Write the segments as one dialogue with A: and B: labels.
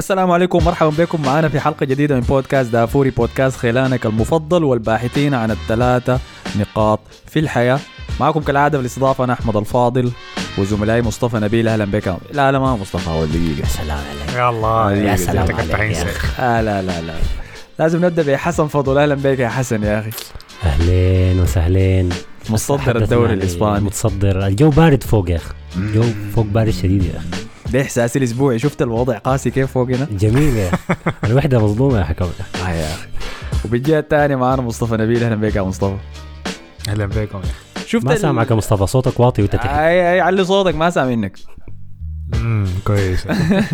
A: السلام عليكم، مرحبا بكم معنا في حلقة جديدة من بودكاست دافوري، بودكاست خيلانك المفضل والباحثين عن الثلاثة نقاط في الحياة. معكم كالعادة في الاستضافة أنا أحمد الفاضل وزملائي مصطفى نبيل. أهلا بك. لا ما مصطفى، هو الدقيقة.
B: سلام عليك.
C: يا الله
B: يا سلام عليك.
A: لا لازم نبدأ بحسن فضل. أهلا بك يا حسن يا أخي.
B: أهلين وسهلين.
A: متصدر الدوري الإسباني.
B: متصدر. الجو بارد فوق يا أخي. الجو فوق بارد شديد يا أخي.
A: ده إحساسي الأسبوعي. شفت الوضع قاسي كيف فوقنا؟
B: جميل يا أخي. الوحدة مظلومة يا حكومة.
A: يا أخي. وبالجهة الثانية معنا مصطفى نبيل. أهلا بك يا مصطفى.
C: أهلا بكم.
A: شفت
B: ما سامعك يا مصطفى، صوتك واطي وتتحي.
A: أي علي صوتك، ما سامع منك.
C: كويس.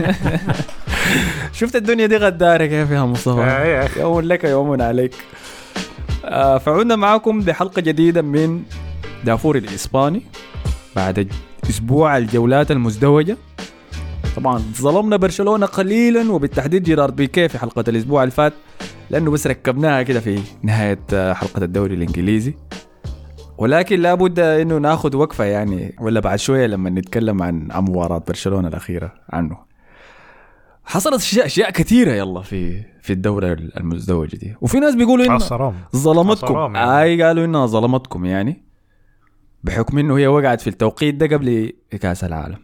A: شفت الدنيا دي غدارة كيف يا مصطفى؟ يوم لك يوم عليك. فعودنا معكم بحلقة جديدة من دافوري الإسباني بعد أسبوع الجولات المزدوجة. طبعا ظلمنا برشلونة قليلا وبالتحديد جيرارد بيكيه في حلقة الأسبوع الفات، لأنه بس ركبناها كده في نهاية حلقة الدوري الإنجليزي، ولكن لابد إنه ناخد وقفة يعني ولا بعد شوية لما نتكلم عن مباراة برشلونة الأخيرة عنه. حصلت أشياء كثيرة يلا في الدورة المزدوجة دي، وفي ناس بيقولوا إنه ظلمتكم. قالوا إنها ظلمتكم يعني بحكم إنه هي وقعت في التوقيت ده قبل كأس العالم.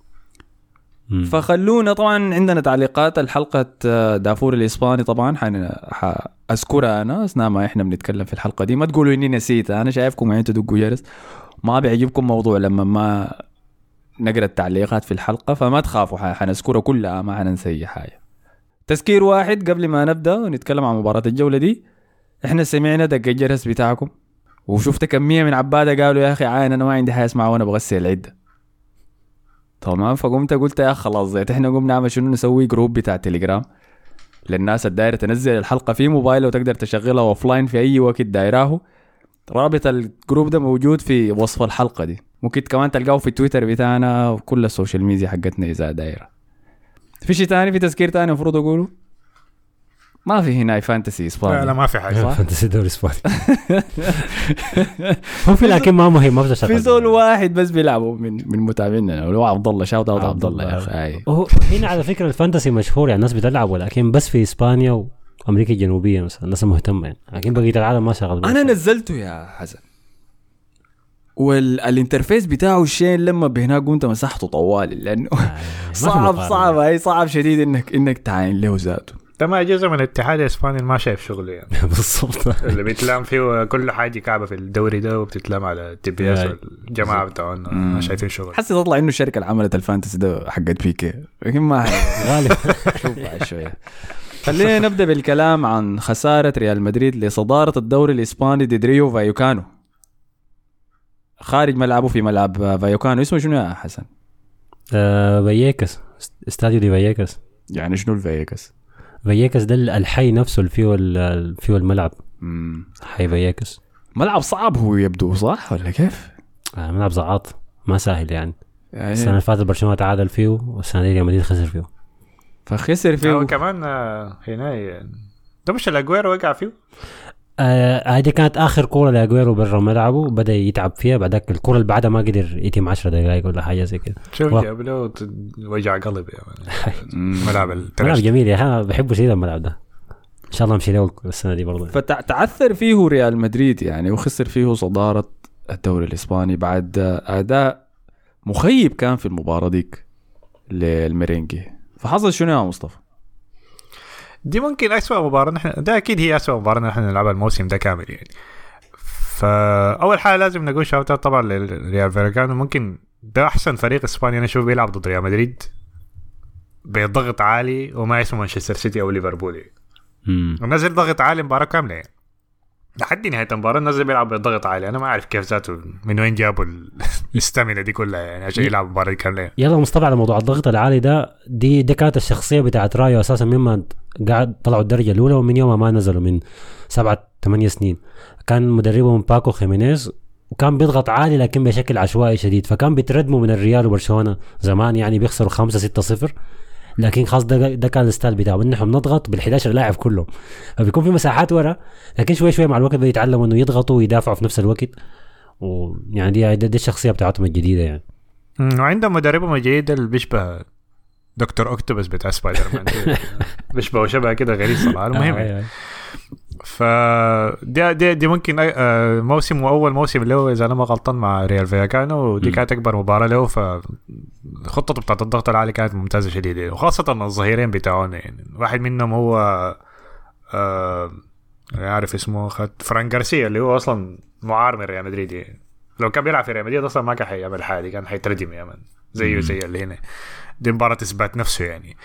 A: فخلونا طبعا عندنا تعليقات الحلقة دافور الإسباني. طبعا أذكرها أنا أثناء ما إحنا بنتكلم في الحلقة دي، ما تقولوا إني نسيت. أنا شايفكم يعني تدقوا جرس، ما بيعجبكم موضوع لما ما نقرأ التعليقات في الحلقة، فما تخافوا حنذكرها كلها، ما حننسي حاجة. تذكير واحد قبل ما نبدأ ونتكلم عن مباراة الجولة دي، إحنا سمعنا دق الجرس بتاعكم وشفت كمية من عبادة قالوا يا أخي عاين أنا ما عندي حاجة اسمع وأنا بغسل العدة. تمام. فقمت قلت يا خلاص زيت احنا قمنا نعمل شنو، نسوي جروب بتاع تليجرام للناس الدايرة تنزل الحلقة في موبايله وتقدر تشغلها اوفلاين في اي وقت دايراه. رابط الجروب ده موجود في وصف الحلقة دي، ممكن كمان تلقاه في تويتر بتاعنا وكل السوشيال ميديا حقتنا اذا دايرة. في شيء تاني، في تذكير تاني المفروض اقوله؟ ما في هنا فانتسي اسباني.
C: لا ما في حاجه
B: فانتسي دوري اسباني. هو في لكن ما مهم، ما بتشغل.
A: في زول واحد بس بيلعبوا من متابعينا اللي هو عبد الله. شاوت اوت عبد الله يا اخي.
B: هنا على فكره الفانتسي مشهور يعني الناس بتلعب، ولكن بس في اسبانيا وامريكا الجنوبيه مثلا الناس مهتمه يعني، لكن بقيه العالم ما شغال.
A: انا نزلته يا حسن، والانترفيس بتاعه الشيء لما بهناك قمت مسحته طوالي لانه صعب شديد انك تعاين له ذاته.
C: ده ما جزء من الاتحاد الاسباني ما شايف شغله يعني.
B: بالضبط.
C: اللي بيتلام فيه كل حاجه كعبه في الدوري ده وبتتلام على تي بي اس والجماعه بتاعنا ما شايفين شغل.
A: حسي تطلع انه الشركه اللي عملت الفانتسي ده حقت بيكي، لكن ما غالب. شوف بعد شويه. خلينا نبدا بالكلام عن خساره ريال مدريد لصداره الدوري الاسباني ضد ريو فايوكانو خارج ملعبه في ملعب فايوكانو. اسمه شنو يا حسن؟
B: فاييكاس، استاديو دي فاييكاس.
A: يعني شنو الفاييكاس؟
B: فاييكاس ده الحي نفسه اللي فيه الملعب. حي فاييكاس.
A: ملعب صعب هو يبدو، صح ولا كيف؟
B: ملعب زعاط ما سهل يعني. السنة اللي فاتت برشلونة تعادل فيه والسنة دي ريال مدريد خسر فيه.
C: فخسر فيه وكمان هنا ده مش الأجويرو وقع فيه.
B: هذه كانت آخر كورة لأجويرو برا ملعبه، بدأ يتعب فيها. بعدك الكورة اللي بعدها ما قدر يتم 10 دقائق ولا حاجة زي كده.
C: شوف جاب له وجع قلب يعني. ملعب
B: جميل يا أخي، بحبه شديد الملعب ده. إن شاء الله نمشي له السنة دي برضه.
A: فتعثر فيه ريال مدريد يعني، وخسر فيه صدارة الدوري الإسباني بعد أداء مخيب كان في المباراة ديك للميرينجي. فحصل شنو يا مصطفى؟
C: دي ممكن أسوأ مباراة نحن، ده أكيد هي أسوأ مباراة نحن نلعبها الموسم ده كامل يعني. فأول حاجة لازم نقول شاوت اوت طبعا لريال فايوكانو. ممكن ده أحسن فريق إسباني أنا أشوف بيلعب ضد ريال مدريد بضغط عالي، وما اسمه مانشستر سيتي أو ليفربول. ونزل ضغط عالي مباراة كاملة يعني. لحد نهاية المباراة نزل بيلعب بضغط عالي. أنا ما أعرف كيف ذاته من وين جابوا الاستامينا دي كلها يعني عشان يلعب مباراة كاملة.
B: يلا مصطفى على موضوع الضغط العالي ده، دي كانت الشخصية بتاعت رايو أساسا مما قاعد طلعوا الدرجة الأولى، ومن يوم ما نزلوا من 7-8 سنين كان مدربهم باكو خيمينيز، وكان بيضغط عالي لكن بشكل عشوائي شديد. فكان بيتردموا من الريال وبرشلونة زمان يعني، بيخسروا 5-6-0، لكن خاص ده كان الستايل بتاعه، انه بنضغط بال11 لاعب كلهم، فبيكون في مساحات ورا، لكن شوي مع الوقت بيتعلموا انه يضغطوا ويدافعوا في نفس الوقت. ويعني دي الشخصيه بتاعتهم الجديده يعني.
C: وعندهم مدربهم الجديد اللي بيشبه دكتور أكتوبس بتاع سبايدر مان بيشبه شبه كده غريب صراحة. المهم دي ممكن موسم وأول موسم له إذا أنا ما غلطان مع ريال فياكانو، ودي كانت أكبر مباراة له، فخطته بتاعت الضغط العالي كانت ممتازة شديدة، وخاصة الظهيرين بتاعون يعني. واحد منهم هو عارف اسمه فران غارسيا اللي هو أصلا معار من ريال مدريد يعني. لو كان بيلعب في ريال مدريد أصلا ما كان حيعمل حالي، كان حيترجم يا من زي اللي هنا. دي مباراة إثبات نفسه يعني.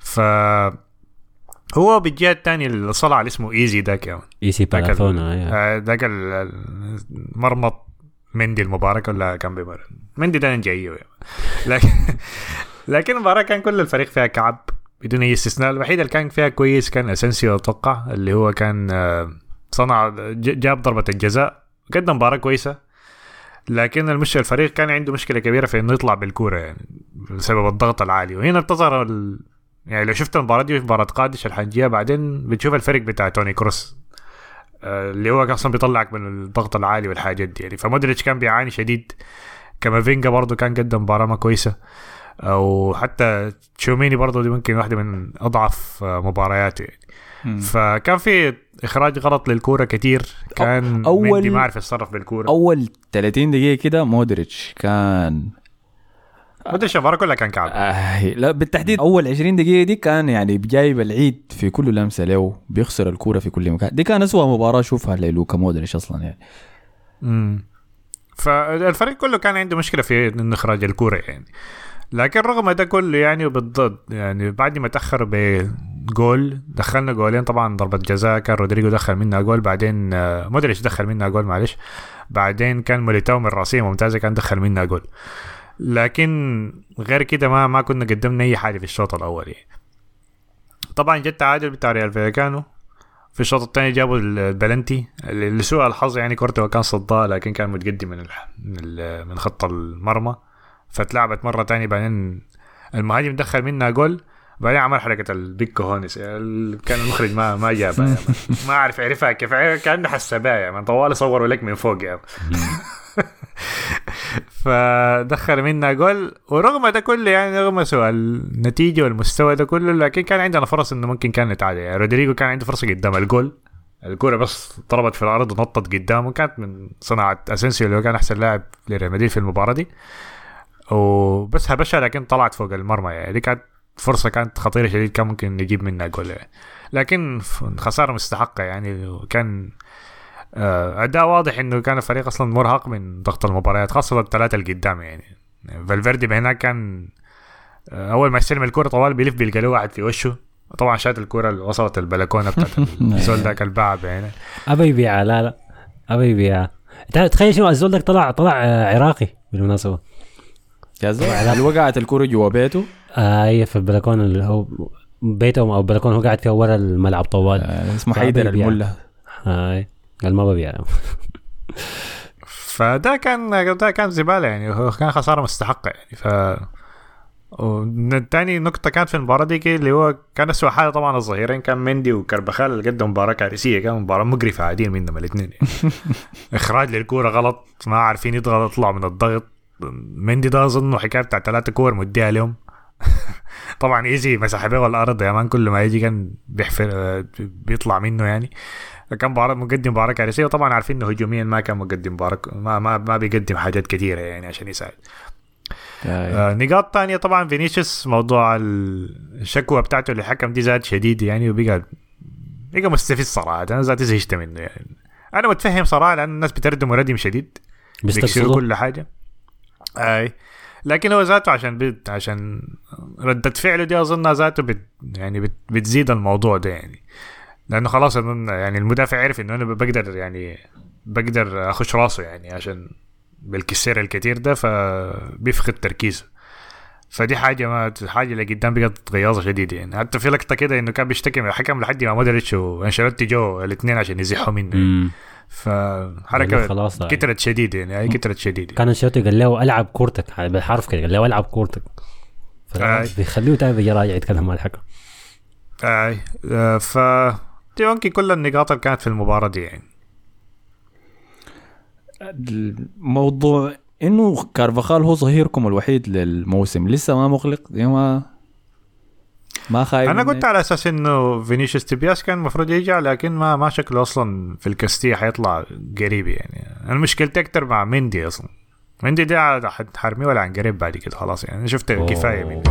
C: هو بالجهة الثانية اللي صلع على اسمه إيزي داك يعني.
B: إيزي بالاثونا
C: داك المرمط مندي المباراة ولا كان بمر مندي ده نجيه يعني. لكن المباراة كان كل الفريق فيها كعب بدون أي استثناء. الوحيد اللي كان فيها كويس كان أسنسيو أتوقع، اللي هو كان صنع جاب ضربة الجزاء، قدم مباراة كويسة. لكن المشكلة الفريق كان عنده مشكلة كبيرة في إنه يطلع بالكورة يعني بسبب الضغط العالي. وهنا بتظهر يعني لو شفت المباراة دي في مباراة قادش الحنجية بعدين بتشوف الفرق بتاع توني كروس اللي هو أصلا بيطلعك من الضغط العالي والحاجات دي يعني. فمودريتش كان بيعاني شديد، كامافينجا برضو كان قدم مباراة ما كويسة، أو حتى تشوميني برضو دي ممكن واحدة من أضعف مبارياته يعني. فكان في إخراج غلط للكورة كتير، كان مندي ما عارف يتصرف بالكورة.
A: أول 30 دقيقة كده مودريتش
C: المباراة كلها كان كعب.
A: لا بالتحديد أول 20 دقيقة دي كان يعني جايب العيد في كل لمسة له، بيخسر الكورة في كل مكان. دي كان أسوأ مباراة شوفها للوكا مودريتش أصلا يعني.
C: فالفريق كله كان عنده مشكلة في إنه إخراج الكورة يعني. لكن رغم ده كله يعني وبالضد يعني بعد ما تأخر بجول دخلنا جولين طبعا، ضربة جزاء كان رودريجو دخل منها جول، بعدين مودريتش دخل منها جول معلش، بعدين كان موليتاو من راسية ممتازة كان دخل منها جول. لكن غير كده ما كنا قدمنا أي حاجة في الشوط الأول يعني. طبعا جت تعادل بتاع ريال فياكانو في الشوط الثاني، جابوا البلنتي لسوء الحظ يعني، كورتوا كان صدها لكن كان متقدم من خط المرمى، فتلعبت مرة تانية. بعدين المهاجم دخل منها جول، بعدين عمل حركة البيكو هونس كان المخرج ما جابها ما أعرف عرفها كيف، كأنه حسبها يعني طوال صوروا لك من فوق يعني. فدخل منها جول. ورغم ده كله يعني رغم سوء النتيجة والمستوى ده كله، لكن كان عندنا فرص إنه ممكن كان نتعادل يعني. رودريجو كان عنده فرصة قدام الجول، الكورة بس ضربت في الأرض ونطت قدامه، كانت من صناعة أسنسيو اللي هو كان أحسن لاعب لريال مدريد في المباراة دي، وبس هبشها لكن طلعت فوق المرمى يعني. دي كانت فرصة كانت خطيرة شديد، كان ممكن نجيب منها جول يعني. لكن خسارة مستحقة يعني. وكان أداء واضح إنه كان الفريق أصلا مرهق من ضغط المباريات، خاصة الثلاثة اللي قدام يعني. فالفيردي بهناك كان أول ما يستلم الكرة طوال بيلف بيلقى واحد في وشه، طبعا شات الكرة اللي وصلت البلكونة بتاعت الزول ذاك البعب يعني.
B: أبي يبيعها، لا أبي يبيعها. تخيل شنو الزول ذاك طلع عراقي بالمناسبة.
A: هل وقعت الكرة جوا بيته؟
B: هي في البلكونة اللي هو بيته أو البلكونة هو قاعد فيها ورا الملعب طوال.
A: اسمه حيدر الملا.
B: قال ما ببيع.
C: فده كان زبالة يعني، هو كان خسارة مستحقة يعني. والتاني نقطة كانت في المباراة دي اللي هو كان أسوأ حاجة طبعا الظهيرين كان مندي وكربخال اللي قدموا مباراة كارثية، كان مباراة مقرفة عادين منهم الاثنين يعني. إخراج للكورة غلط، ما عارفين يطلعوا من الضغط. مندي ده أظنه حكاية بتاع 3 كور مديها لهم. طبعا إيزي مسح بيه الأرض يا مان، كل ما يجي كان بيطلع منه يعني. كان مقدم مباراة كارثية، وطبعا عارفين انه هجوميا ما كان مقدم مباراة، ما بيقدم حاجات كثيرة يعني عشان يساعد. نقاط تانية طبعا فينيسيوس، موضوع الشكوى بتاعته للحكم دي زاد شديد يعني، وبقى مستفز صراحة. انا ذاتي زهجت منه يعني. انا متفهم صراحة لان الناس بتردم وردم شديد بيكسروا كل حاجة لكن هو ذاته عشان ردة فعله دي اظنها ذاته يعني بتزيد الموضوع ده يعني. لانه خلاص يعني المدافع عرف انه انا بقدر اخش راسه يعني عشان بالكسير الكتير ده، فبيفقد تركيزه. فدي حاجه اللي قدام بقت غياظه شديده يعني. حتى في لقطه كده انه كان بيشتكي من الحكم لحد ما مودريتش وانشيلوتي جو الاثنين عشان يزحوا منه يعني. فحركه كترت شديده يعني، هي كترت شديده.
B: كان انشيلوتي قال له العب كورتك بالحرف كده، قال له العب كورتك، بيخليه تاني يراجع يتكلم مع الحكم.
C: دي ممكن كل النقاط اللي كانت في المباراة دي يعني.
A: الموضوع انه كارفاخال هو ظهيركم الوحيد للموسم، لسه ما مغلق زي ما ما خايف
C: انا
A: منه؟
C: قلت على اساس انه فينيسيوس تبياس كان المفروض يرجع، لكن ما شكله اصلا في الكاستيا حيطلع قريب يعني. انا مشكلتي اكتر مع مندي اصلا. مندي ده حرميه ولا عن قريب بعد كده خلاص يعني. انا شفت كفايه مندي.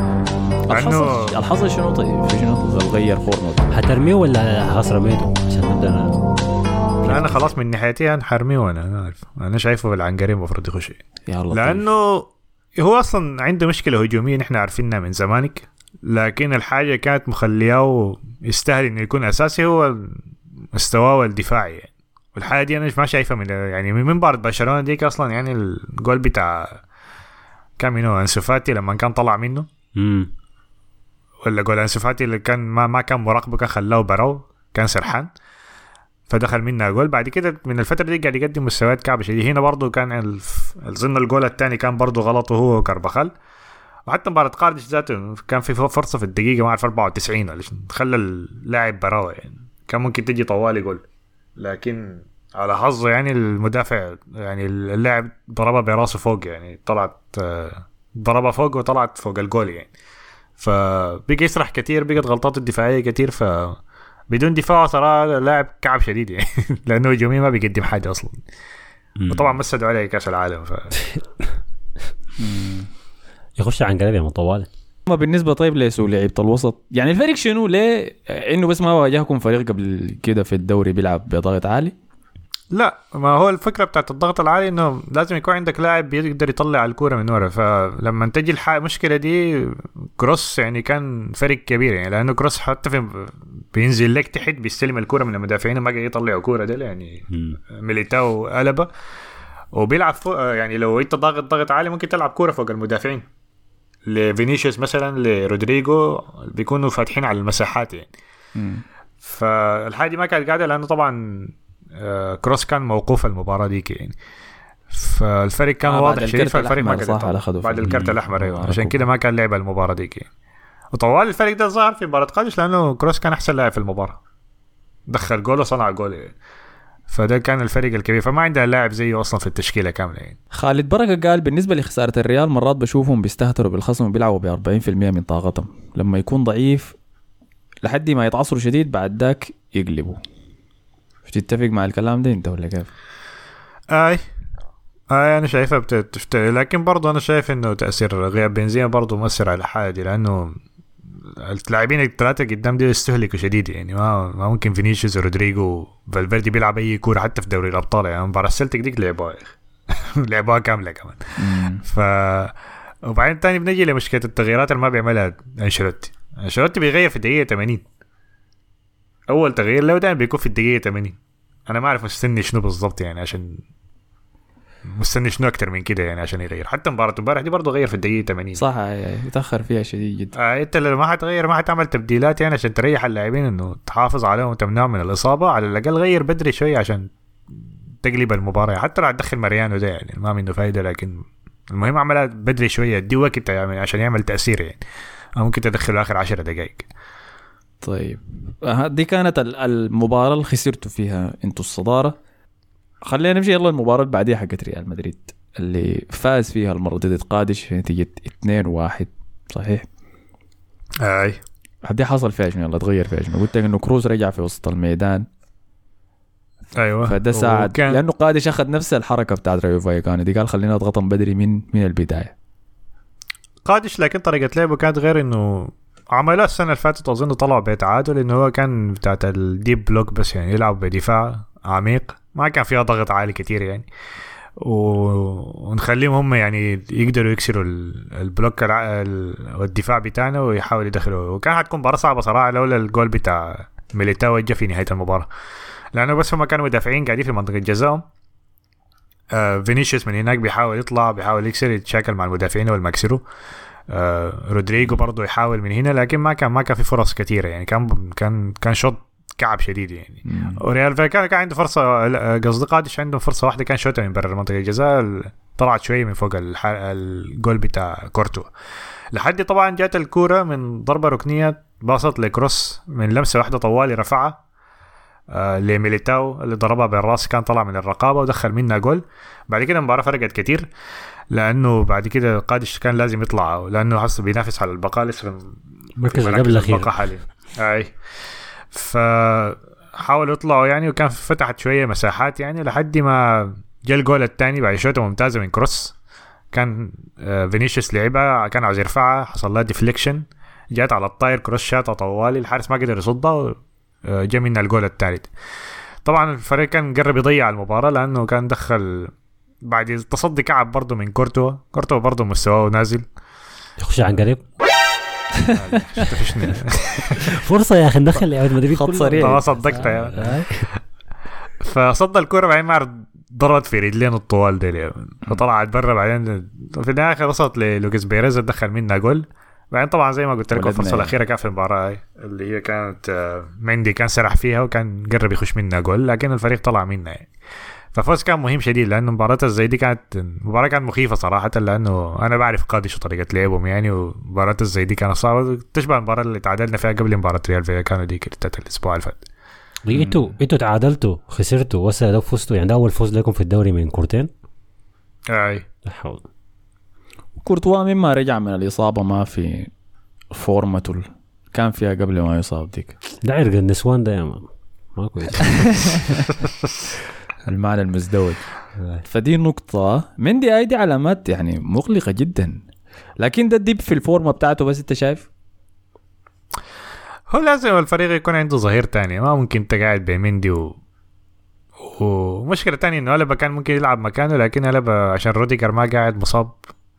A: الحظ شنو طيب؟ في شنو غير فورمه؟
B: حترميه ولا خلاص رميته عشان نبدا
C: لا انا خلاص من ناحيتي انا حرميه، وانا عارف انا شايفه العنقري المفروض يخش، لانه هو اصلا عنده مشكله هجوميه نحن عارفينها من زمانك، لكن الحاجه كانت مخلياه يستاهل انه يكون اساسي هو مستواه الدفاعي يعني. والحاجه دي انا ما شايفها من يعني من مباراه برشلونه ديك اصلا يعني. الجول بتاع كان منو أنسو فاتي لما كان طلع منه ولا جول أنسو فاتي اللي كان ما كان مراقبه، كان خلاه براو كان سرحان فدخل منها جول. بعد كده من الفتره دي قاعد يقدم مستويات كعبه شديد. هنا برضو كان اظن الجول الثاني كان برضو غلطه هو وكارباخال. وحتى مباراه قاردش ذاته كان في فرصه في الدقيقه ما اعرف 94 ولا خلى اللاعب براوه يعني، كان ممكن تجي طوالي جول، لكن على حظه يعني المدافع يعني اللاعب ضربها براسه فوق يعني، طلعت ضربها فوق وطلعت فوق الجول يعني. فبقى يسرح كتير، بقت غلطاته الدفاعيه كتير، بدون دفاع صراحه لاعب كعب شديد يعني لانه هجومي ما بيقدم حاجه اصلا. وطبعا مسدوا عليه كاس العالم
B: يخش عن قريب من طوال.
A: ما بالنسبه طيب لسوء لعيبه الوسط يعني الفريق شنو؟ ليه انه بس ما واجهكم فريق قبل كده في الدوري بيلعب بضغط عالي؟
C: لا ما هو الفكره بتاعت الضغط العالي انه لازم يكون عندك لاعب بيقدر يطلع الكوره من ورا. فلما تجي المشكله دي كروس يعني كان فرق كبير يعني، لانه كروس حتى بينزل لك تحت بيستلم الكوره من المدافعين وما قاعد يطلع كوره ده يعني. ميليتاو قلبه وبيلعب فوق يعني. لو انت ضغط عالي ممكن تلعب كوره فوق المدافعين لفينيسيوس مثلا لرودريجو بيكونوا فاتحين على المساحات يعني. فالحاجه ما كانت قاعده لانه طبعا كروس كان موقوف المباراة ديك يعني. فالفريق كان واضح شديد، فالفريق ما قدر بعد الكارت الأحمر أيوة. عشان كده ما كان لعب المباراة ديك يعني. وطوال الفريق ده ظهر في مباراة قادش لأنه كروس كان أحسن لاعب في المباراة، دخل جول وصنع جول يعني. فده كان الفريق الكبير، فما عنده لاعب زيه أصلا في التشكيلة كاملة يعني.
A: خالد بركة قال بالنسبة لخسارة الريال مرات بشوفهم بيستهتروا بالخصم وبيلعبوا ب40% من طاقتهم، لما يكون ضعيف لحد ما يتعصروا شديد بعد ذاك يقلبوا. تتفق مع الكلام ده انت ولا كيف؟
C: انا شايفها لكن برضو انا شايف انه تأثير غياب بنزيما برضو مؤثر على الحاجة دي، لانه اللاعبين الثلاثة قدام دي يستهلكوا شديد يعني. ما ممكن فينيسيوس ورودريجو فالفيردي بيلعب اي كورة حتى في دوري الابطال يعني. مباراة السلتيك ديك لعبوها كاملة كمان. وبعدين تاني بنجي لمشكلة التغييرات اللي ما بيعملها انشيلوتي بيغير في الدقيقة 80. اول تغيير له دائما بيكون في الدقيقه 80. انا ما اعرف مستني شنو بالضبط يعني، عشان مستني شنو اكتر من كده يعني عشان يغير. حتى مباراه امبارح دي برضه غير في الدقيقه 80
A: صح، يتاخر فيها شديد جدا.
C: انت لو ما حتغير ما حتعمل تبديلات يعني عشان تريح اللاعبين انه تحافظ عليهم وتمنعهم من الاصابه. على الاقل غير بدري شويه عشان تقلب المباراه. حتى لو تدخل ماريانو ده يعني ما منه فايده، لكن المهم عملها بدري شويه دي وقت يعني عشان يعمل تاثير يعني. ممكن تدخله اخر 10 دقائق.
A: طيب دي كانت المباراة اللي خسرتوا فيها انتوا الصدارة. خلينا نمشي يلا المباراة اللي بعديها حقت ريال مدريد اللي فاز فيها المرة ضد قادش نتيجة 2-1 صحيح؟ دي حصل فيها شنو؟ يلا تغير فيها شنو؟ قلت انه كروز رجع في وسط الميدان.
C: ايوه
A: فده ساعد لانه قادش اخذ نفس الحركة بتاعت رايو فايكانو دي، قال خلينا اضغطهم بدري من البداية
C: قادش. لكن طريقة لعبه كانت غير، انه عملها السنة اللي فاتت أظن طلعوا بتعادل، إنه هو كان بتاعت الديب بلوك بس يعني يلعب بدفاع عميق ما كان فيها ضغط عالي كتير يعني. ونخليهم هم يعني يقدروا يكسروا البلوك والدفاع بتاعنا ويحاول يدخلوا. وكان هتكون مباراة صعبة صراحة لولا الجول بتاع ميليتاو جا في نهاية المباراة، لأنه بس هم كانوا مدافعين قاعدين في منطقة جزاهم. فينيسيوس من هناك بيحاول يطلع بيحاول يكسر يتشاكل مع المدافعين والمكسروا. رودريجو برضو يحاول من هنا، لكن ما كان في فرص كثيره يعني. كان شوط كعب شديد يعني. وريال فايكانو كان عنده فرصه، قصدي قادش عنده فرصه واحده كان شوطها من برا منطقه الجزاء طلعت شويه من فوق الجول بتاع كورتوا. لحد طبعا جات الكوره من ضربه ركنيه باصت لكروس من لمسه واحده طوالي رفعها لميليتاو اللي ضربها بالراس، كان طلع من الرقابه ودخل منها جول. بعد كده المباراه فرقت كتير لانه بعد كده قادش كان لازم يطلع لانه حس بينافس على البقاء لسه
B: مركز قبل الاخير
C: حاليا. اي فحاولوا يطلعوا يعني، وكان فتحت شويه مساحات يعني لحد ما جاء الجول الثاني بعد شوطه ممتازه من كروس. كان فينيسيوس لعبها، كان عاوز يرفعها، حصل لها ديفليكشن، جات على الطاير، كروس شاطه طوالي، الحارس ما قدر يصدها، جاء منها الجول الثالث. طبعا الفريق كان قرب يضيع المباراه لانه كان دخل بعد تصدي كعب برضه من كورتوا برضه مستواه نازل.
B: يخش عن قريب فرصه يا اخي ندخل لعيبه مدريد
A: خط سريع
C: ما صدقتها يعني. فصد الكرة بعدين ما ضربت في رجلين الطوال دي، فطلعت برا. بعدين في النهاية وصلت للوكاس بيريز دخل منها جول. بعدين طبعا زي ما قلت لكم الفرصة الأخيرة كان في المباراة اللي هي كانت مندي كان سرح فيها وكان قرب يخش منها جول، لكن الفريق طلع منها يعني. ففوز كان مهم شديد لأنه مباراة زي دي كانت مخيفة صراحة، لأنه أنا بعرف قادش وطريقة لعبهم يعني، ومباراة زي دي كانت صعبة تشبه المباراة اللي تعادلنا فيها قبل مباراة ريال فيكانو دي كانت الأسبوع اللي فات.
B: انتوا تعادلتوا خسرتوا وهسه لو فزتوا يعني اول فوز لكم في الدوري من كورتين.
C: اي
A: كورتوا مما رجع من الإصابة ما في فورمته كان فيها قبل ما يصاب ديك.
B: ده عرق النسوان ده يا ما كويس
A: المعنى المزدوج. فدي نقطة من دي ايدي علامات يعني مقلقة جدا، لكن ده الديب في الفورمة بتاعته. بس انت شايف
C: هو لازم الفريق يكون عنده ظهير تاني، ما ممكن انت قاعد بمندي ومشكلة تانية انه ألبا كان ممكن يلعب مكانه، لكن ألبا عشان روديجر ما قاعد مصاب،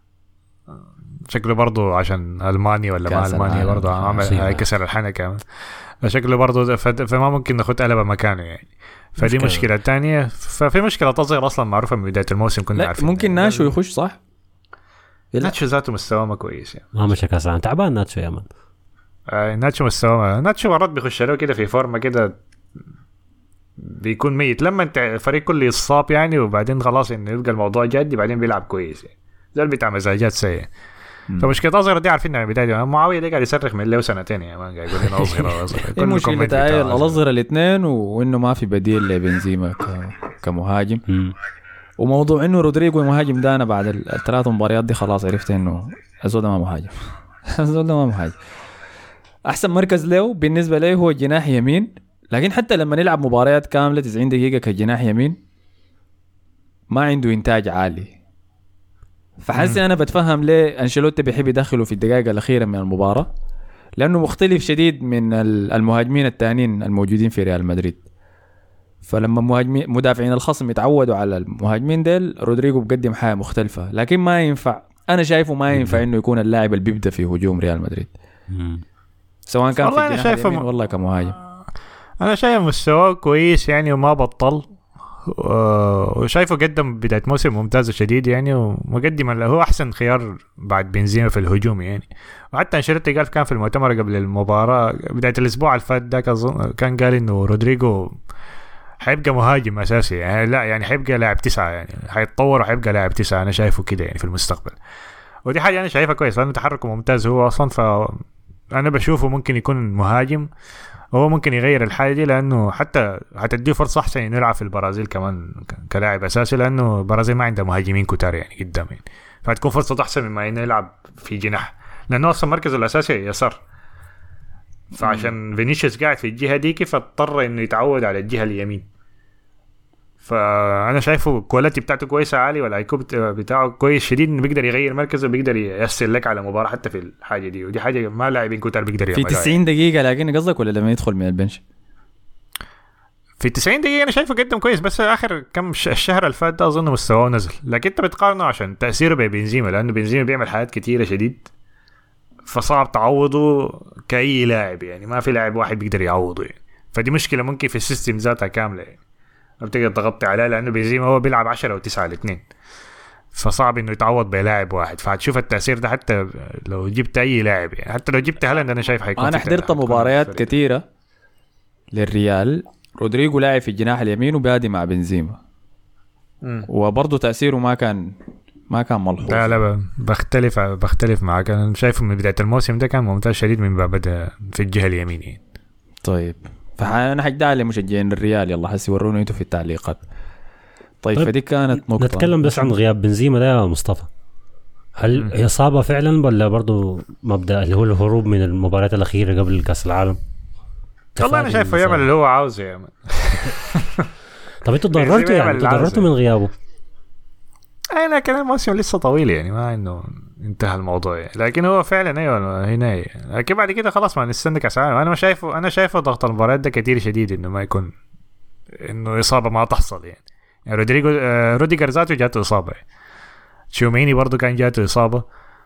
C: شكله برضو عشان ألمانيا ولا ما ألمانيا برضو عمل كسر الحنكة، شكله برضو فما ممكن ناخد ألبا مكانه يعني. فدي مشكلة تانية. ففي مشكلة تصغر أصلا معروفة من بداية الموسم كنا عارفين.
A: ممكن ناشو يخش صح؟
C: ناتشو ذاته مستواه ما كويس يعني.
B: ما مش كاس عالم تعبان ناتشو يا مان.
C: ناتشو مستواه ناتشو مرات بيخش له كده في فورمة كده بيكون ميت لما انت الفريق كله يصاب يعني، وبعدين خلاص انه يبقى الموضوع جدي بعدين بيلعب كويس يعني. ده اللي بتاع مزاجات سيئة. فمشكلة أصغر دي عارفينها من بداية. معاوية دي قاعد يصرخ من له سنتين يعني، ما قاعد يقول لنا أصغر
A: كل مشكلة الأصغر الاثنين، وإنه ما في بديل لبنزيما كمهاجم. وموضوع إنه رودريجو مهاجم ده أنا بعد الثلاث مباريات دي خلاص عرفت إنه الزول ده ما مهاجم. الزول ده ما مهاجم. أحسن مركز له بالنسبة له هو جناح يمين، لكن حتى لما نلعب مباريات كاملة 90 دقيقة كجناح يمين ما عنده إنتاج عالي. فحسي أنا بتفهم ليه أنشيلوتي بيحب يدخله في الدقائق الأخيرة من المباراة، لأنه مختلف شديد من المهاجمين التانيين الموجودين في ريال مدريد. فلما مدافعين الخصم يتعودوا على المهاجمين ديل، رودريجو بقدم حاجة مختلفة. لكن ما ينفع، أنا شايفه ما ينفع إنه يكون اللاعب اللي بيبدأ في هجوم ريال مدريد سواء كان في الجناح اليمين والله كمهاجم.
C: أنا شايف مستواه كويس يعني وما بطل، وشايفه قدم بداية موسم ممتازة شديد يعني، ومقدم هو أحسن خيار بعد بنزيما في الهجوم يعني. وحتى أنشيلوتي قال كان في المؤتمر قبل المباراة بداية الأسبوع الفات ده كان قال إنه رودريجو حيبقى مهاجم أساسي يعني، لا يعني حيبقى لاعب 9 يعني، حيتطور وحيبقى لاعب 9. أنا شايفه كده يعني في المستقبل، ودي حاجة أنا شايفها كويس لأنه تحركه ممتاز هو أصلا. فأنا بشوفه ممكن يكون مهاجم، هو ممكن يغير الحاجة دي لأنه حتى هتديه فرصة أحسن إنه يلعب في البرازيل كمان كلاعب أساسي، لأنه البرازيل ما عندها مهاجمين كتار يعني قدام يعني، فهتكون فرصة أحسن مما إنه يلعب في جناح، لأنه أصلا مركزه الأساسي يسار. فعشان فينيسيوس قاعد في الجهة ديك فاضطر إنه يتعود على الجهة اليمين. فأنا شايفه الكواليتي بتاعته كويسة عالي، والأيكو بتاعه كويس شديد، إنه بيقدر يغير مركزه وبيقدر يأثر لك على مباراة حتى في الحاجة دي، ودي حاجة ما لاعبين كتار بيقدر
A: في 90 دقيقة. لكن قصدك ولا لما يدخل من البنش
C: في 90 دقيقة أنا شايفه قدم كويس، بس آخر كم الشهر اللي فات ده أظن مستواه نزل. لكن أنت بتقارنه عشان تأثيره ببنزيما، لأنه بنزيما بيعمل حاجات كتيرة شديد فصعب تعوضه كأي لاعب يعني، ما في لاعب واحد بيقدر يعوضه يعني. فدي مشكلة ممكن في السيستم ذاتها كاملة يعني، ما بتقدر تغطي عليه لأنه بنزيما هو بيلعب 10 أو 9 الاثنين، فصعب إنه يتعوض بلاعب واحد. فهتشوف التأثير ده حتى لو جبت أي لاعب يعني، حتى لو جبت هالاند أنا شايف حيكون.
A: أنا حضرت مباريات كتيرة للريال، رودريجو لاعب في الجناح اليمين وبادي مع بنزيما، وبرضه تأثيره ما كان ملحوظ.
C: لا بختلف معك. أنا شايفه من بداية الموسم ده كان ممتاز شديد من بدأ في الجهة اليمينية.
A: طيب فأنا حجدع لمشجعين الريال، يلا حسي ورونا انتوا في التعليقات. طيب فدي كانت نقطة.
B: نتكلم بس عن غياب بنزيما ده يا مصطفى. هل هي إصابة فعلا ولا برضو مبدأ اللي هو الهروب من المباريات الأخيرة قبل كأس العالم؟
C: والله أنا شايفه يعمل اللي هو عاوزه يعمل.
B: طب انتوا تضررتوا يعني تضررتوا من غيابه؟
C: لكن الموسم لسه طويل يعني ما انه انتهى الموضوع يعني. لكن هو فعلا ايوه هنا لكن بعد كده خلاص ما نستنى كاس العالم. انا شايفه ضغط المباريات ده كتير شديد انه ما يكون انه اصابه ما تحصل يعني روديجر ذاته جاته اصابه يعني. تشوميني برضو كان جاته اصابه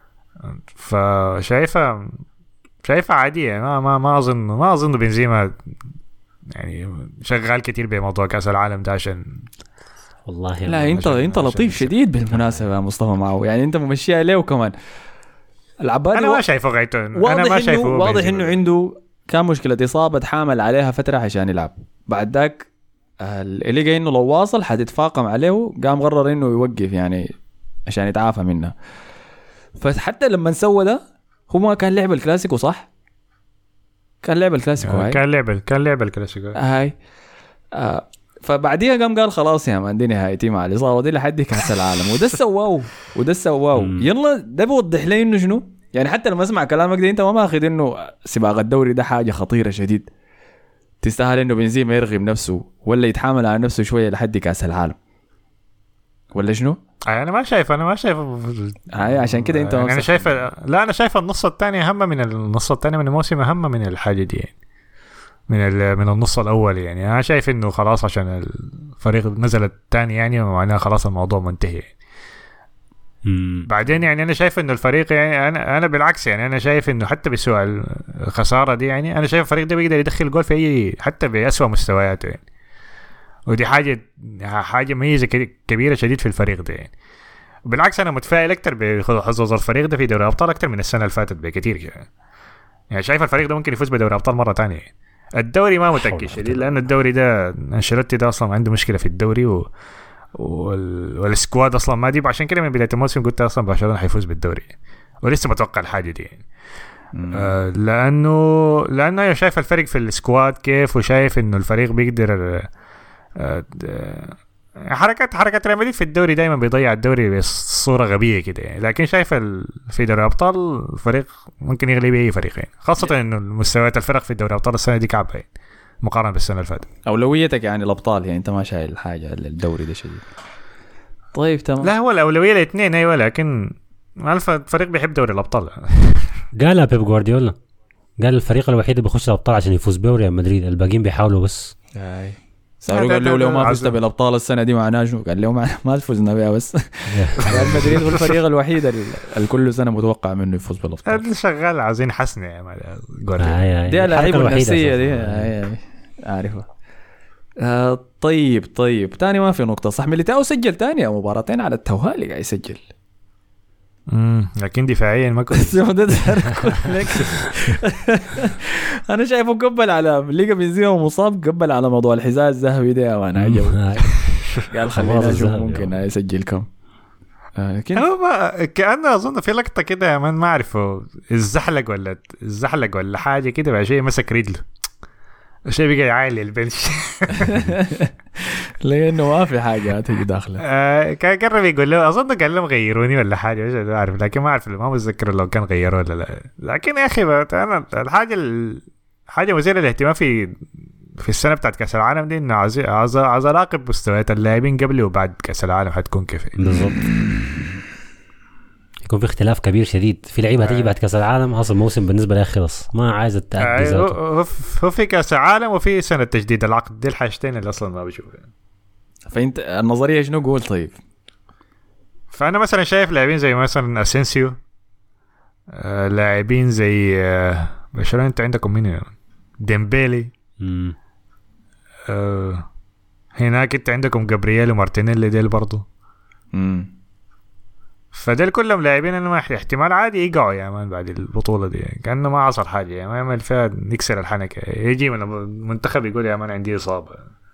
C: فشايفه عاديه ما اظن بنزيما يعني شغال كتير بموضوع كاس العالم ده عشان
B: والله
A: لا انت لطيف شديد بالمناسبه يا مصطفى معه يعني انت ممشيها له وكمان العبادي
C: انا ما شايفه غيتون انا ما شايفه
A: واضح انه عنده كان مشكله اصابه حامل عليها فتره عشان يلعب بعد ذاك اللي جاي انه لو واصل حتتفاقم عليه قام قرر انه يوقف يعني عشان يتعافى منها. فحتى لما سوى ده هو ما كان لعب الكلاسيكو صح كان لعب الكلاسيكو هاي
C: كان لعب الكلاسيكو
A: هاي فبعديها قام قال خلاص يا مان دي نهايتي مع الإصابة دي لحد كأس العالم وده سواه يلا ده بيوضح لي إنه شنو يعني. حتى لما أسمع كلامك ده أنت ما ماخذ إنه سباق الدوري ده حاجة خطيرة شديد تستاهل إنه بنزيما يرغم نفسه ولا يتحامل على نفسه شوية لحد كأس العالم ولا شنو؟
C: انا ما شايف
A: عشان كده انت
C: انا شايف لا انا شايف النص الثاني اهم من النص الثاني من الموسم اهم من الحاجة دي يعني. من النص الاول يعني انا شايف انه خلاص عشان الفريق نزل الثاني يعني معناه خلاص الموضوع منتهي يعني. بعدين يعني انا شايف انه الفريق يعني انا بالعكس يعني انا شايف انه حتى بسوء الخساره دي يعني انا شايف الفريق ده بيقدر يدخل جول في اي حتى بأسوأ مستوياته يعني. ودي حاجه ميزه كبيره شديد في الفريق ده يعني. بالعكس انا متفائل اكتر بحظوظ الفريق ده في دوري الابطال اكتر من السنه اللي فاتت بكثير يعني شايف الفريق ده ممكن يفوز بدوري الابطال مره ثانيه يعني. الدوري ما متأكد شديد لأن الدوري ده أنشيلوتي ده أصلا عنده مشكلة في الدوري والسكواد أصلا ما ديب عشان كده من بداية الموسم قلت أصلا برشلونة حيفوز بالدوري ولسه بتوقع الحاجة دي يعني. لأنه شايف الفريق في السكواد كيف وشايف إنه الفريق بيقدر حركات ريال مدريد في الدوري دايما بيضيع الدوري بصورة غبية كده يعني. لكن شايف في دوري الأبطال الفريق ممكن يغلب أي فريق يعني. خاصة إنه المستويات الفرق في دوري الأبطال السنة دي كعبة يعني مقارنة بالسنة اللي فاتت.
A: أولويتك يعني الأبطال يعني أنت ما شايل حاجة للدوري ده شديد. طيب تمام.
C: لا هو الأولوية الاثنين أيوة لكن الفريق بيحب دوري الأبطال.
B: قالها بيب جوارديولا قال الفريق الوحيد اللي بيخش الأبطال عشان يفوز بريال مدريد الباقيين بيحاولوا بس.
A: قال له لو ما فزت بالابطال السنه دي معناه شنو؟ قال له ما فزنا بها بس ريال مدريد هو الفريق الوحيد اللي كل سنه متوقع منه يفوز بالابطال.
C: شغال عايزين حسنه يا
A: دي اللعيبه النفسيه دي عارفها. طيب تاني ما في نقطه صح. ميليتاو سجل تاني مباراتين على التوالي قاعد يسجل
C: لكن دفاعيا ما كنت
A: انا شايفه قبل على ليجا بنزيما مصاب قبل على موضوع الحذاء الذهبي ده وانا عجبه قال خلينا نشوف ممكن يسجل كم
C: لكن كأنه اظن في لقطه كده يا مان ما اعرفه الزحلق ولا حاجه كده بعد شيء مسك رجله شيء بقى يعالي البنش
A: لانه ما في حاجه تيجي داخله.
C: كان قرب يقول له اظن قال لهم غيروني ولا حاجه مش عارف لكن ما اعرف ما متذكر لو كان غيروه ولا لا. لكن يا اخي انا حاجه مثيره للاهتمام في السنه بتاعت كاس العالم دي انه عايز اراقب مستويات اللاعبين قبل وبعد كاس العالم حتكون كيف
B: بالضبط. يكون في اختلاف كبير شديد في لعيبه هتيجي بعد كاس العالم اصلا الموسم بالنسبه لها خلص ما عايز التأدي ذاته.
C: هو في كاس العالم وفي سنه تجديد العقد دي الحاجتين اللي اصلا ما بشوفها.
A: فانت النظريه شنو قول طيب؟
C: فانا مثلا شايف لاعبين زي مثلا اسينسيو لاعبين زي برشلونه انت عندكم مين ديمبيلي هناك انت عندكم جابرييل ومارتينيلي ديل برضو فديل كلهم لاعبين انه احتمال عادي يقعوا يا مان بعد البطوله دي كانه ما حصل حاجه يعني ما يعمل فيها نكسر الحنكه يجي من المنتخب يقول يا مان عندي اصابه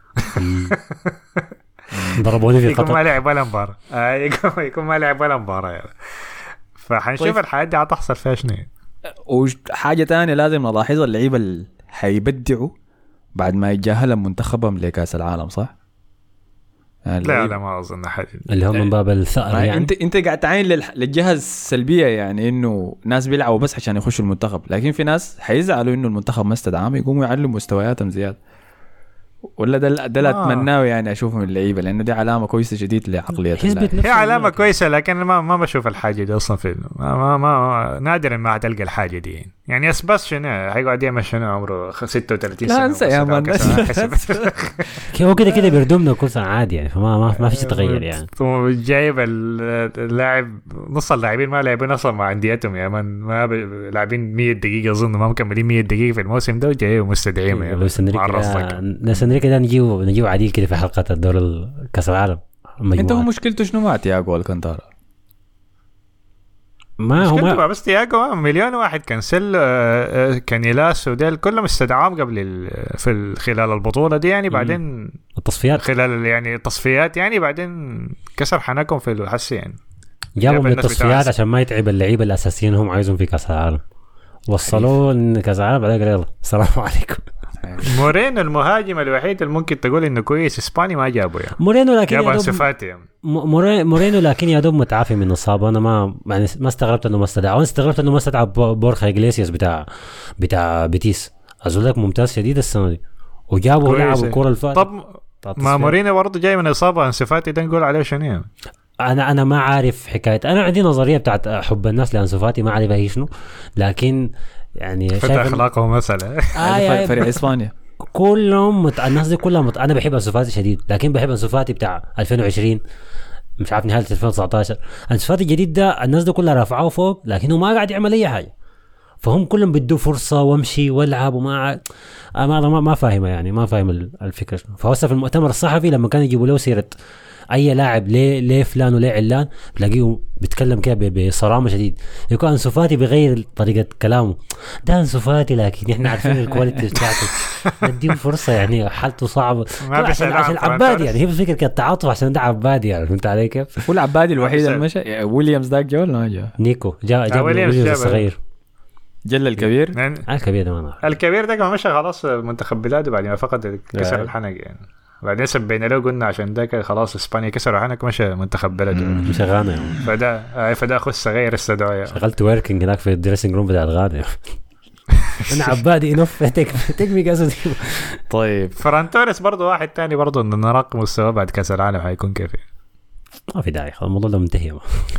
B: ضربوني في قطر
C: يكون ما لعب ولا مباراه يكون ما لعب ولا مباراه يعني. فحنشوف الحاجات دي هتحصل فيها شنو.
A: وحاجه تانية لازم نلاحظها اللعيبه اللي حيبدعوا بعد ما يتجاهل منتخبهم لكاس العالم صح يعني
C: لا ما اظن حاجه
B: اللي هم من باب الثأر يعني.
A: انت قاعد تعاين للجهه السلبيه، يعني انه ناس بيلعبوا بس عشان يخشوا المنتخب، لكن في ناس حيزعلوا انه المنتخب ما استدعاهم يقوموا يعلموا مستوياتهم زياده. ولا ده لا اتمناه يعني اشوفه من اللعيبه، لانه دي علامه كويسه جديد لعقليه اللاعب.
C: هي علامه كويسه، لكن ما بشوف الحاجه دي اصلا في ما نادرا ما هتلقى الحاجه دي يعني بس شنو هيقعد يعمل شنو عمره 36 سنه.
A: لا انسى يا مان
B: هو كده بيردمنا كل سنه عادي يعني، فما فيش تغير يعني.
C: جايب اللاعب نص اللاعبين ما لاعبين اصلا مع انديتهم يا مان، ما لاعبين 100 دقيقه اظن، ما مكملين 100 دقيقه في الموسم ده، وجايين مستدعين يا
B: مان. كده نجيب عديل كده في حلقة الدور كأس العالم.
A: انت هو مشكلته شنو مع تياغو الكانتارا؟
C: ما هو بس تياغو مليون واحد كنسل كانيلاس وديل كلهم استدعاهم قبل في خلال البطولة دي يعني. بعدين
B: التصفيات
C: خلال يعني التصفيات يعني بعدين كسر حنكم في الحس يعني.
B: جابوا من التصفيات عشان ما يتعب اللعيبة الأساسيين هم عايزهم في كأس العالم، وصلوا إن كأس العالم بعدين قال يلا السلام عليكم.
C: مورينو المهاجم الوحيد اللي ممكن تقول انه كويس اسباني ما جابه يعني.
B: مورينو لكن
C: جابه انسفاتي يعني.
B: مورينو لكن يا دوب متعافي من الاصابه. انا ما استغربت انه ما استدعى، وانا استغربت انه ما استدعى بورخا إغليسياس بتاع بيتيس. اقول لك ممتاز شديد السنه دي، وجابوا لعب الكره الفاتت.
C: طب ما مورينو برضه جاي من اصابه انسفاتي ده نقول عليه شنو؟
B: انا ما عارف حكايه. انا عندي نظريه بتاعت حب الناس لانسفاتي ما عارف هي شنو، لكن يعني
C: شايف اخلاقه مثلا
A: فريق اسبانيا
B: كلهم الناس دي كلها انا بحب انسو فاتي شديد، لكن بحب انسو فاتي بتاع 2020 مش عارف نهايه 2019. انسو فاتي الجديد ده الناس دي كلها رافعوه فوق، لكنه ما قاعد يعمل اي حاجه، فهم كلهم بدوا فرصه وامشي والعب وما ما فاهمه يعني، ما فاهم الفكره. فوصل في المؤتمر الصحفي لما كان يجيبوا له سيره اي لاعب ليه فلان وليه علان، تلاقيه بيتكلم كده بصرامه شديد، يكون انسو فاتي بغير طريقه كلامه. ده انسو فاتي لكن احنا عارفين الكواليتي بتاعته، نديه فرصه يعني، حالته صعبه عشان عبادي يعني. هي الفكره كانت تعاطف عشان ده عبادي يعني، فهمت علي كيف؟
A: هو العبادي الوحيد اللي مشى. ويليامز داك جا ولا ما جا؟
B: نيكو جا ويليامز الصغير
A: جل الكبير
B: الكبير ده ما نعرف.
C: الكبير ده ما مشى خلاص منتخب بلاده بعد ما فقد كسر الحنك يعني. بعدين سبينا له قلنا عشان ده خلاص اسبانيا كسروا حنك مشى منتخب بلده
B: مش غانا يعني.
C: فده اخو الصغير استدعوا يعني.
B: شغلت وركينج هناك في الدريسنج روم بتاع الغانا انا عبادي انف تكمي قصدي.
A: طيب
C: فران توريس برضه واحد تاني برضه ان نراقب مستواه بعد كاس العالم حيكون كيف؟
B: ما في داعي، الموضوع ده منتهي.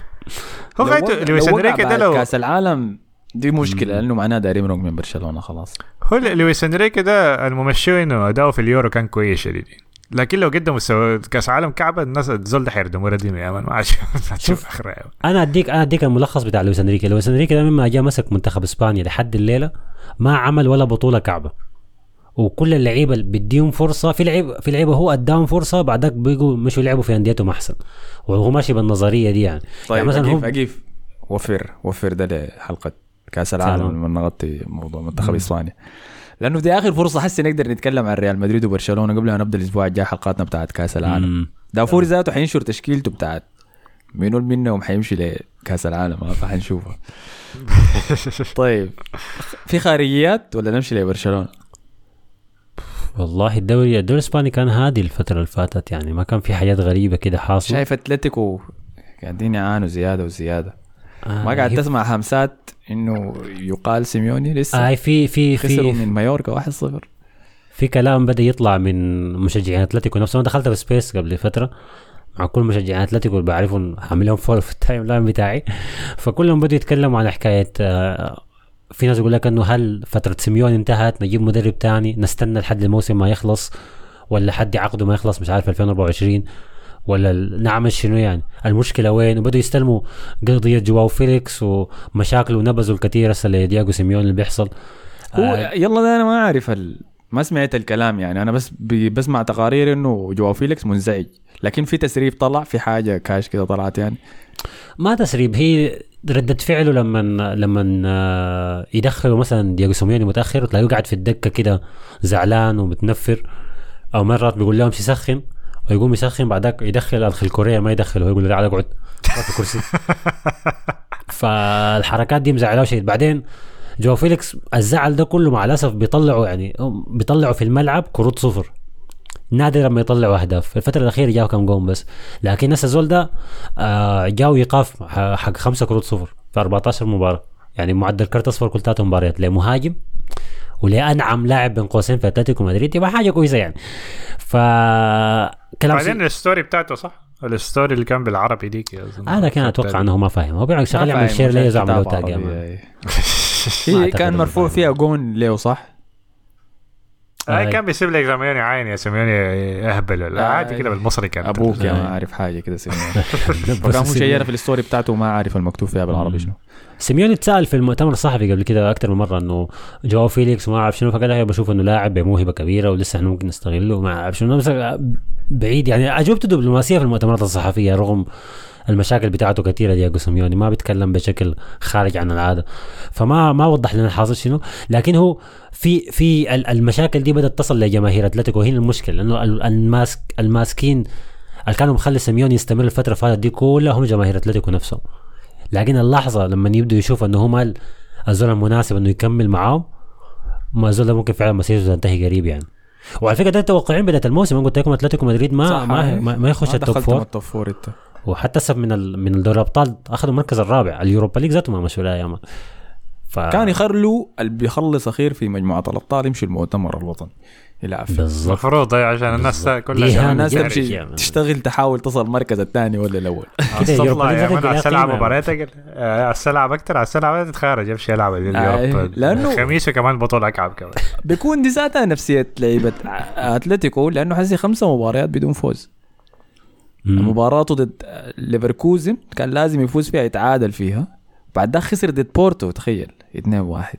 C: هو لويس انريكي ده لو
A: كاس العالم دي مشكله لانه معناه داري مرق من برشلونه خلاص.
C: هو لويس انريكي ده الممشي انه اداؤه في اليورو كان كويس شديد، لكن لو قدموا كاس عالم كعبه الناس زول ده حيردموا رديم يا مان. ما اشوف اخر.
B: انا اديك الملخص بتاع لويس انريكي. لويس انريكي ده مما جاء مسك منتخب اسبانيا لحد الليله ما عمل ولا بطوله كعبه، وكل اللعيبه اللي بديهم فرصه في لعيبه هو اداهم فرصه بعدك بيجوا مشوا يلعبوا في انديتهم احسن، وهو ماشي بالنظريه دي يعني.
A: طيب
B: يعني مثلا
A: اجيف وفر ده لحلقه كاس العالم من نغطي موضوع منتخب اسبانيا، لانه دي اخر فرصه حسي نقدر نتكلم عن ريال مدريد وبرشلونه قبل ما نبدا الاسبوع الجاي حلقاتنا بتاعت كاس العالم. دافور ذاته حينشر تشكيلته بتاعت منهم حيمشي لكاس العالم فحنشوفها. طيب في خارجيات ولا نمشي لبرشلونه؟
B: والله الدوري الاسباني كان هادي الفتره اللي فاتت يعني، ما كان في حاجات غريبه كده حاصله.
A: شايف اتلتيكو قاعدين يعانوا زياده ما قاعد تسمع همسات انه يقال سيميوني لسه
B: في
A: خسروا من مايوركا 1-0.
B: في كلام بدا يطلع من مشجعين اتلتيكو نفسهم. انا دخلت في سبيس قبل فتره مع كل مشجعين اتلتيكو اللي بعرفهم، عاملهم فولو في التايم لاين بتاعي، فكلهم بدوا يتكلموا عن حكايه. في ناس يقول لك انه هل فتره سيميوني انتهت، نجيب مدرب تاني، نستنى لحد الموسم ما يخلص، ولا حد عقده ما يخلص مش عارف 2024، ولا نعمل شنو يعني، المشكله وين؟ وبدوا يستلموا قضيه جواو فيليكس ومشاكل ونبذوا الكثير هسه لدياغو سيميوني اللي بيحصل.
A: يلا ده انا ما عارف ما سمعت الكلام يعني، انا بس بسمع تقارير انه جواو فيليكس منزعج، لكن في تسريب طلع، في حاجه كاش كده طلعت يعني.
B: ما تسريب، هي ردة فعله لما يدخلوا مثلا دياغو سيميوني متاخر وتلاقيه قاعد في الدكه كده زعلان ومتنفر، او مرات بيقول لهم يسخن ويقوم يسخن بعدك يدخل الخل كوريا ما يدخله، ويقول له تعال اقعد في كرسي. فالحركات دي مزعلاه شيء. بعدين جو فيليكس الزعل ده كله مع الاسف بيطلعوا في الملعب كروت صفر، نادر لما يطلعوا اهداف. في الفتره الاخيره جاوا كم جون بس، لكن نفس الزول ده جاوا ايقاف حق 5 كروت صفر في 14 مباراه، يعني معدل كرت اصفر كل 3 مباريات لمهاجم ولأنعم لاعب بين قوسين في اتلتيكو مدريد، يبقى حاجه كويسه يعني. ف كلام
C: بعدين الستوري بتاعته صح، الستوري اللي كان بالعربي ديك
B: هذا كان اتوقع انه ما فاهم، هو بيعمل شغال يعمل شير ليه زعم لو تاجي
A: كان مرفوع فيها جون ليه صح.
C: كان بيسيب لك سيميوني عين يا سيميوني اهبل عادي كده بالمصري كان
A: ابوك يا ما عارف حاجه كده سيميوني فكان هو شيء في الستوري بتاعته ما عارف المكتوب فيها بالعربي شنو.
B: سيميوني اتسأل في المؤتمر الصحفي قبل كده اكثر من مره انه جواو فيليكس ما اعرف شنو، فقال بشوف انه لاعب بموهبه كبيره ولسه احنا ممكن نستغله ما اعرف شنو، بعيد يعني. اجوبته دبلوماسيه في المؤتمرات الصحفيه رغم المشاكل بتاعته كثيره. دياغو سيميوني ما بيتكلم بشكل خارج عن العاده، فما وضح لنا الحاصل شنو. لكن هو في المشاكل دي بدات تصل لجماهير اتلتيكو، هنا المشكله لانه الماسكين اللي كانوا مخلي سيميوني يستمر الفتره فاتت دي كلها هم جماهير اتلتيكو نفسهم. لكن اللحظه لما يبدوا يشوفوا انه هم الزول المناسب انه يكمل معاهم، ما الزول ده ممكن فعلا مسيرته تنتهي قريب يعني. وعلى فكره ده توقعين بدايه الموسم، انا قلت لكم اتلتيكو مدريد ما يخش التوب فور وحتى سب من الدوري الابطال اخذوا المركز الرابع. اليوروبا ليج ذاته ما مشوا لها ياما،
A: كان يخلوا اللي بيخلص اخير في مجموعه الابطال يمشي المؤتمر الوطني يلعب
C: المفروض عشان الناس كلها
A: الناس تمشي تشتغل تحاول تصل المركز الثاني ولا الاول.
C: اصلا يا من السلعه مباريات السلعه اكثر على السلعه تتخارج يمشي يلعب اليوروبا لانه خميس وكمان بطوله اكعب كمان
A: بيكون دي ذاتها نفسيه لعيبه اتلتيكو، لانه حسي 5 مباريات بدون فوز. مباراته ضد ليفركوزن كان لازم يفوز فيها يتعادل فيها، بعد ده خسر ضد بورتو تخيل 2-1.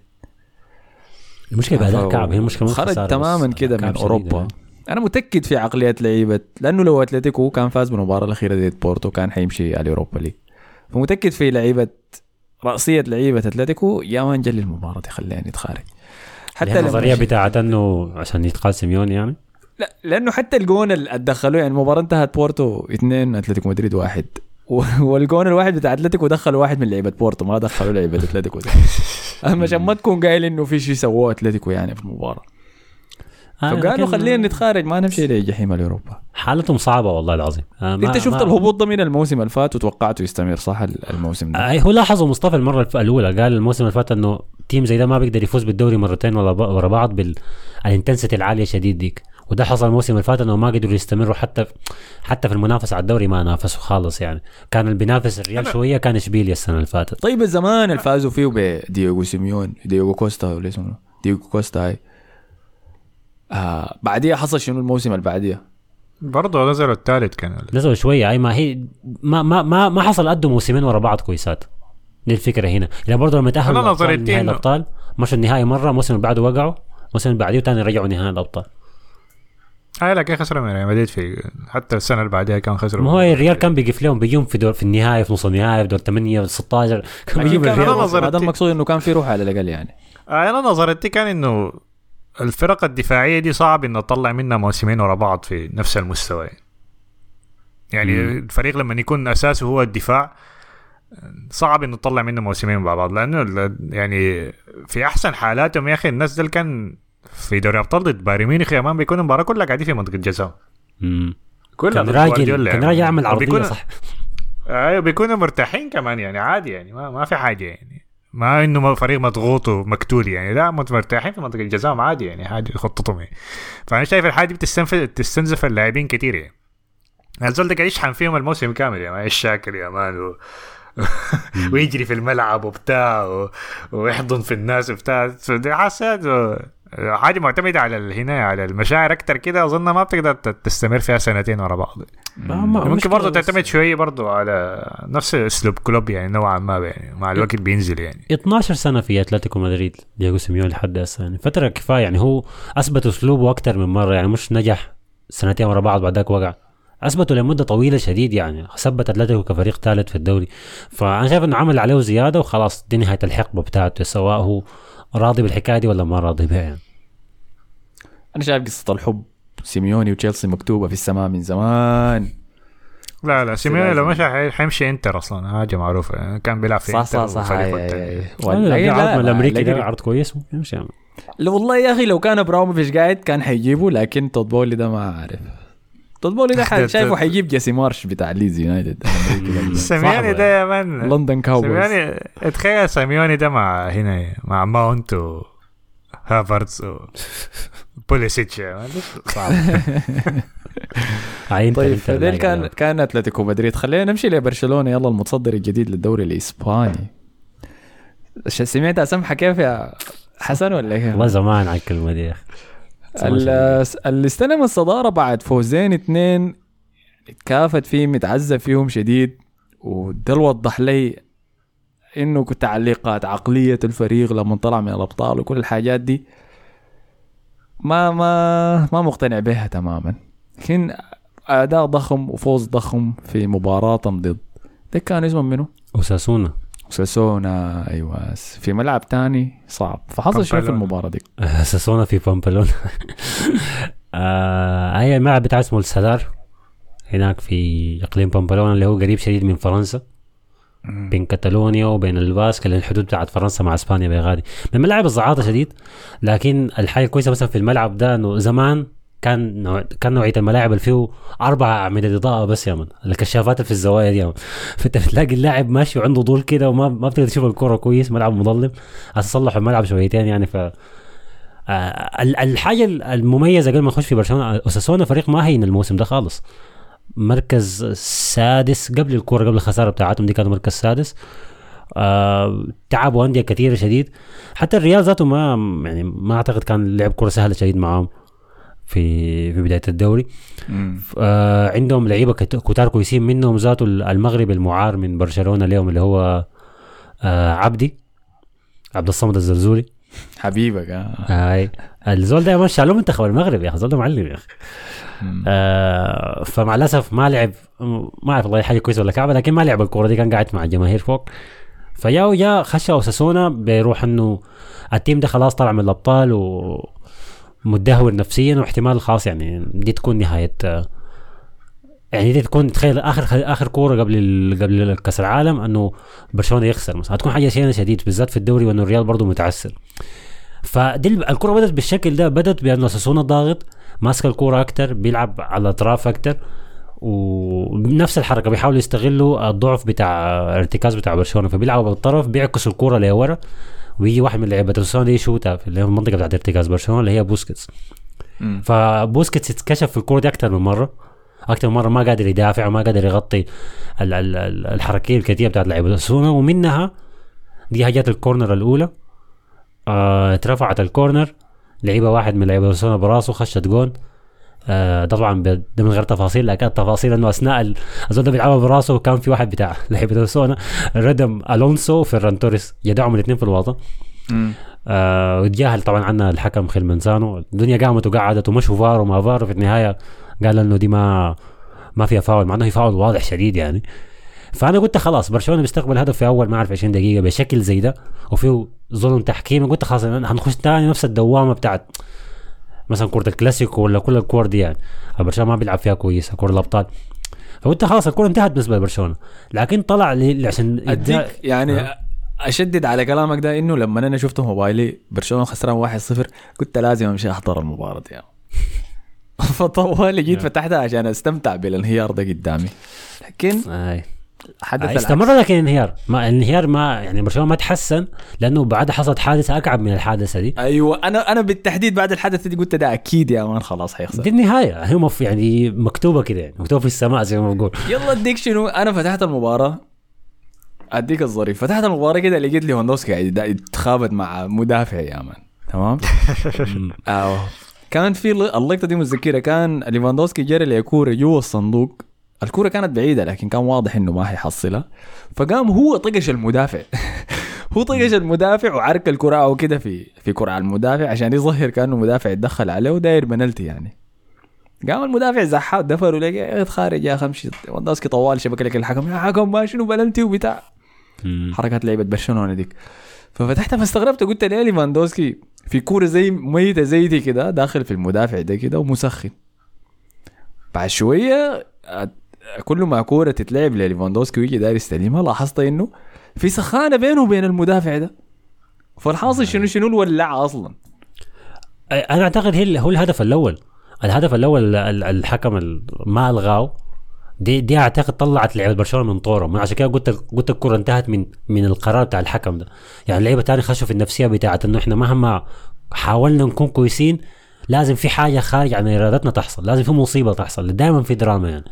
B: المشكله بعدها كعب، هي المشكله
A: خرج تماما كده من اوروبا يعني. انا متاكد في عقليه لعيبه، لانه لو اتلتيكو كان فاز بالمباراه الاخيره ضد بورتو كان حيمشي على اوروبا ليج، فمتاكد في لعيبه راسيه لعيبه اتلتيكو يا ما نجلي المباراه خليني نتخارج.
B: حتى النظريه بتاعت انه عشان يتقال سيميوني يعني،
A: لا لانه حتى الجون اللي ادخلوه يعني المباراه انتهت بورتو 2 اتلتيكو مدريد 1 والجون الواحد بتاع اتلتيكو دخلوا واحد من لعيبه بورتو ما دخلوا لعيبه اتلتيكو. اهم عشان ما تكون قايل انه في شيء سووه اتلتيكو يعني في المباراه، فقالوا خلينا نتخارج ما نمشي لجحيم الأوروبا.
B: حالتهم صعبة والله العظيم.
A: انت شفت الهبوط ده من الموسم اللي فات وتوقعته يستمر صح الموسم ده؟
B: هو لاحظوا مصطفى المرة الأولى قال الموسم اللي فات انه تيم زي ده ما بيقدر يفوز بالدوري مرتين ورا بعض بالانتنسيتي العالية شديد ديك، وده حصل الموسم اللي فات انه ما قدروا يستمروا حتى في المنافسة على الدوري ما نافسوا خالص يعني. كان اللي بينافس الريال شوية كان اشبيليا السنة اللي فاتت.
A: طيب الزمان اللي فازوا فيه بدييغو سيميون دييغو كوستا ولا اسمه دييغو كوستا هاي بعديها حصل شنو الموسم اللي بعديها؟
C: برضه نزلوا الثالث كان
B: نزلوا شويه اي ما هي ما حصل قدوا موسمين ورا بعض كويسات. دي الفكره هنا يعني. برضه لما تاهلوا نهائي الابطال مشوا النهائي مره، الموسم اللي بعده وقعوا، الموسم اللي بعديه ثاني رجعوا نهائي الابطال.
C: لكن خسروا من ريال مدريد في حتى السنه اللي بعدها كان خسروا.
B: ما هو الريال كان بيقف لهم بيجون في النهائي في نص النهائي في دور 8 16
A: كان بيجيب الريال. هذا المقصود انه كان في روح على الاقل يعني.
C: انا نظرتي كان انه الفرق الدفاعيه دي صعب انه تطلع منها موسمين ورا بعض في نفس المستوى يعني الفريق لما يكون اساسه هو الدفاع صعب انه تطلع منه موسمين مع بعض، لانه يعني في احسن حالاتهم يا اخي الناس دول كان في دوري ابطال ضد بايرن ميونخ يا مان بيكون المباراه كلها قاعدين في منطقه جزاء
B: كان راجل يعمل عرضيه صح.
C: ايوه بيكونوا مرتاحين كمان يعني عادي يعني ما في حاجه يعني، ما انه فريق مضغوط ومقتول يعني، لا مرتاحين في منطقه الجزاء عادي يعني عادي خطتهم يعني. فانا شايف الحاجه دي بتستنزف اللاعبين كتير يعني. الزول ده قاعد يشحن فيهم الموسم كامل يا مان الشاكر يا مان ويجري في الملعب وبتاع ويحضن في الناس وبتاع. دي حاسات حاجه معتمده على هنا على المشاعر اكتر كده، اظن ما بتقدر تستمر فيها سنتين ورا بعض. ممكن برضه تعتمد شويه برضه على نفس اسلوب كلوب يعني نوعا ما يعني مع الوقت بينزل يعني.
B: 12 سنه في اتلتيكو مدريد دييغو سيميوني لحد هسه يعني فتره كفايه يعني. هو اثبت اسلوبه اكتر من مره يعني، مش نجح سنتين ورا بعض بعدك وقع، اثبته لمده طويله شديد يعني. ثبت اتلتيكو كفريق ثالث في الدوري، فانا شايف انه عمل عليه زياده وخلاص دي نهايه الحقبه بتاعته، سواء هو راضي بالحكايه دي ولا ما راضي بها يعني.
A: انا شايف قصه الحب سيميوني وتشيلسي مكتوبه في السماء من زمان،
C: لا سيميوني لو مشى حيمشي انتر اصلا، حاجه معروفه، كان بيلعب في انتر
A: صح
B: العرض الامريكي ده عرض كويس يمشي.
A: لا والله يا اخي لو كان ابراهيموفيتش قاعد كان حيجيبه، لكن توت بولي ده ما عارف. توت بولي ده شايفه حيجيب جيسي مارش بتاع ليدز يونايتد.
C: سيميوني ده يا مان
A: لندن كاوبويز.
C: سيميوني اتخيل سيميوني ده مع هنا مع ماونت وهافرتز وبوليسيتش صعب.
A: طيب فديل كان اتلتيكو مدريد. خلينا نمشي لبرشلونة، يلا المتصدر الجديد للدوري الإسباني. سمعت أسمحة كيف يا حسن ولا ايه؟
B: والله زمان على الكلمة دي.
A: اللي استلم الصدارة بعد فوزين 2 اتكافت فيهم، متعزى فيهم شديد، وده وضح لي انه تعليقات عقلية الفريق لما طلع من الأبطال وكل الحاجات دي ما مقتنع بها تماما. لكن أداء ضخم وفوز ضخم في مباراة ضد ده كان اسمه منه أوساسونا. أيوة في ملعب تاني صعب. فحصل شيء في المباراة دي.
B: أوساسونا في بامبلون. هي الملعب بتاع اسمه السادار هناك في إقليم بامبلون اللي هو قريب شديد من فرنسا، بين كاتالونيا وبين الباسك اللي الحدود بتاعت فرنسا مع اسبانيا بغادي. من الملاعب الزعاطة شديد، لكن الحاجة كويسة مثلا في الملعب ده انه زمان كان نوعية الملاعب اللي فيه 4 أعمدة إضاءة بس يا من، الكشافات في الزوايا دي، فانت بتلاقي اللاعب ماشي وعنده ضول كده وما بتقدر تشوف الكرة كويس، ملعب مظلم. هتصلحوا الملعب شويتين يعني. ف الحاجة المميزة قبل ما نخش في برشلونة، أوساسونا فريق ما هين الموسم ده خالص، مركز سادس قبل الكورة، قبل الخسارة بتاعتهم دي كانوا مركز سادس. تعبوا أندية كثيرة شديد، حتى الريال ذاته ما أعتقد كان لعب كورة سهلة شديد معهم في بداية الدوري. عندهم لعيبة كتار كويسين، منهم ذاته المغرب المعار من برشلونة اليوم اللي هو عبد الصمد الزلزولي
A: حبيبك.
B: هاي الزول ده مش شالوه منتخب المغرب يا اخي، الزول ده معلم يا اخي. فمع الاسف ما لعب، ما اعرف والله حاجه كويسه ولا كعبه، لكن ما لعب الكوره دي، كان قاعد مع الجماهير فوق. فيا خش أوساسونا بيروح انه التيم ده خلاص طلع من الابطال ومدهور نفسيا، واحتمال خاص يعني دي تكون نهايه، يعني دي تكون تخيل اخر كوره قبل كاس العالم انه برشلونه يخسر مثلا، هتكون حاجه شديد بالذات في الدوري، وانه الريال برضه متعثر. فدي الكرة بدت بالشكل ده، بدت بأنه أوساسونا ضاغط، ماسك الكرة أكتر، بيلعب على الأطراف أكتر، ونفس الحركة بيحاولوا يستغلوا الضعف بتاع ارتكاز بتاع برشلونة، فبيلعبوا بالطرف، بيعكسوا الكرة لورا، ويجي واحد من لعيبة أوساسونا دي يشوتها في المنطقة بتاعت ارتكاز برشلونة اللي هي بوسكيتس. فبوسكيتس اتكشف في الكرة دي أكتر من مرة، ما قادر يدافع وما قادر يغطي الحركية الكثيرة بتاعت لعيبة أوساسونا، ومنها دي هجات الكورنر الأولى. اترفعت الكورنر، لعيبه واحد من لعيبه برشلونه براسه خشت جون. طبعا ده من غير تفاصيل، لكن التفاصيل انه اثناء الزول ده بيلعبها براسه، وكان في واحد بتاع لعيبه برشلونه ردم الونسو وفيران توريس، يدعهم الاثنين في الوسط. وتجاهل طبعا عنا الحكم خيلمنزانو، الدنيا قامت وقعدت ومشوا فار وما فار، وفي النهايه قال انه دي ما فيها فاول، مع انه هي فاول واضح شديد يعني. فانا قلت خلاص برشلونه بيستقبل هدف في اول ما اعرف 20 دقيقه بشكل زي ده وفيه ظلم تحكيمي، قلت خلاص هنخش تاني نفس الدوامه بتاعت مثلا كره الكلاسيكو ولا كل الكور دي، يعني برشلونه ما بيلعب فيها كويس كره الابطال. فقلت خلاص الكره انتهت بالنسبه لبرشلونه، لكن طلع لي عشان
A: اديك يعني اشدد على كلامك ده، انه لما انا شفته موبايلي برشلونه خسران 1-0 كنت لازم امشي احضر المباراه يعني. فطوالي جيت فتحتها عشان استمتع بالانهيار ده قدامي، لكن حدث
B: استمر، لكن الانهيار ما يعني برشلونه ما تحسن، لانه بعد حصلت حادثه اكعب من الحادثه دي.
A: ايوه انا بالتحديد بعد الحادثه دي قلت ده اكيد يا مان خلاص حيخسر،
B: دي النهايه هم يعني مكتوبه كده، يعني مكتوبه في السماء زي ما بقول.
A: يلا اديك شنو، انا فتحت المباراه، اديك الظريف، فتحت المباراه كده لقيت ليفاندوفسكي قاعد يتخابط مع مدافع يا مان، تمام. كان في اللقطه دي متذكره، كان ليفاندوفسكي جرى لكوره جوا الصندوق، الكرة كانت بعيدة لكن كان واضح انه ما هيحصلها، فقام هو طقش المدافع. هو طقش المدافع وعرك الكرة او كده في كرة المدافع عشان يظهر كانه مدافع يتدخل عليه وداير بنالتي يعني. قام المدافع زحف دفر ولقى خارج يا خمشي، ليفاندوفسكي طوال شبك لك الحكم، يا حكم ما شنو بنالتي وبتاع حركات لعيبة برشلونة ديك. ففتحتها فاستغربت، قلت ليه ليفاندوفسكي في كورة زي ميتة زي دي كده داخل في المدافع ده كده ومسخن. بعد شوية كل ما كوره تتلعب لليفاندوسكي ويجي داير يستلمها لاحظت انه في سخانه بينه وبين المدافع ده، فالحاصل شنو الولع اصلا.
B: انا اعتقد هو الهدف الاول الحكم ما الغاه دي اعتقد طلعت لعيبه برشلونه من طورهم. عشان كده قلت الكره انتهت من القرار بتاع الحكم ده. يعني اللعيبه تاني خشوا في النفسيه بتاعت انه احنا مهما حاولنا نكون كويسين لازم في حاجه خارج عن ارادتنا تحصل، لازم في مصيبه تحصل، دائما في دراما يعني.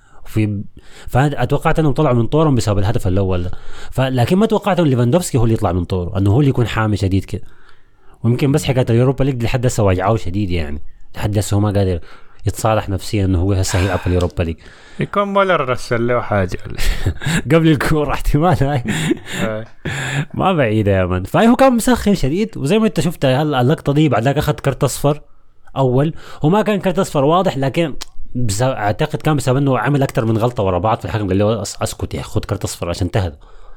B: فاتوقعت انهم طلعوا من طورهم بسبب الهدف الاول ده. لكن ما توقعت ان ليفاندوفسكي هو اللي يطلع من طوره، انه هو اللي يكون حامي شديد كده. ويمكن بس حكايه اليوروبا ليج لحد هسه واجعه شديد يعني، لحد هسه هو ما قادر يتصالح نفسيا انه هو هسه يلعب في اليوروبا ليج.
C: يكون مولر رسل له حاجه
B: قبل الكوره احتمال هاي ما بعيده يا من. فهو كان مسخن شديد، وزي ما انت شفت اللقطه دي بعد ذاك اخذ كرت اصفر اول. هو ما كان كرت اصفر واضح، لكن اعتقد كان بسبب انه عمل اكثر من غلطه ورا بعض، في الحكم قال له اسكت يا خذ كرت اصفر عشان تهدى.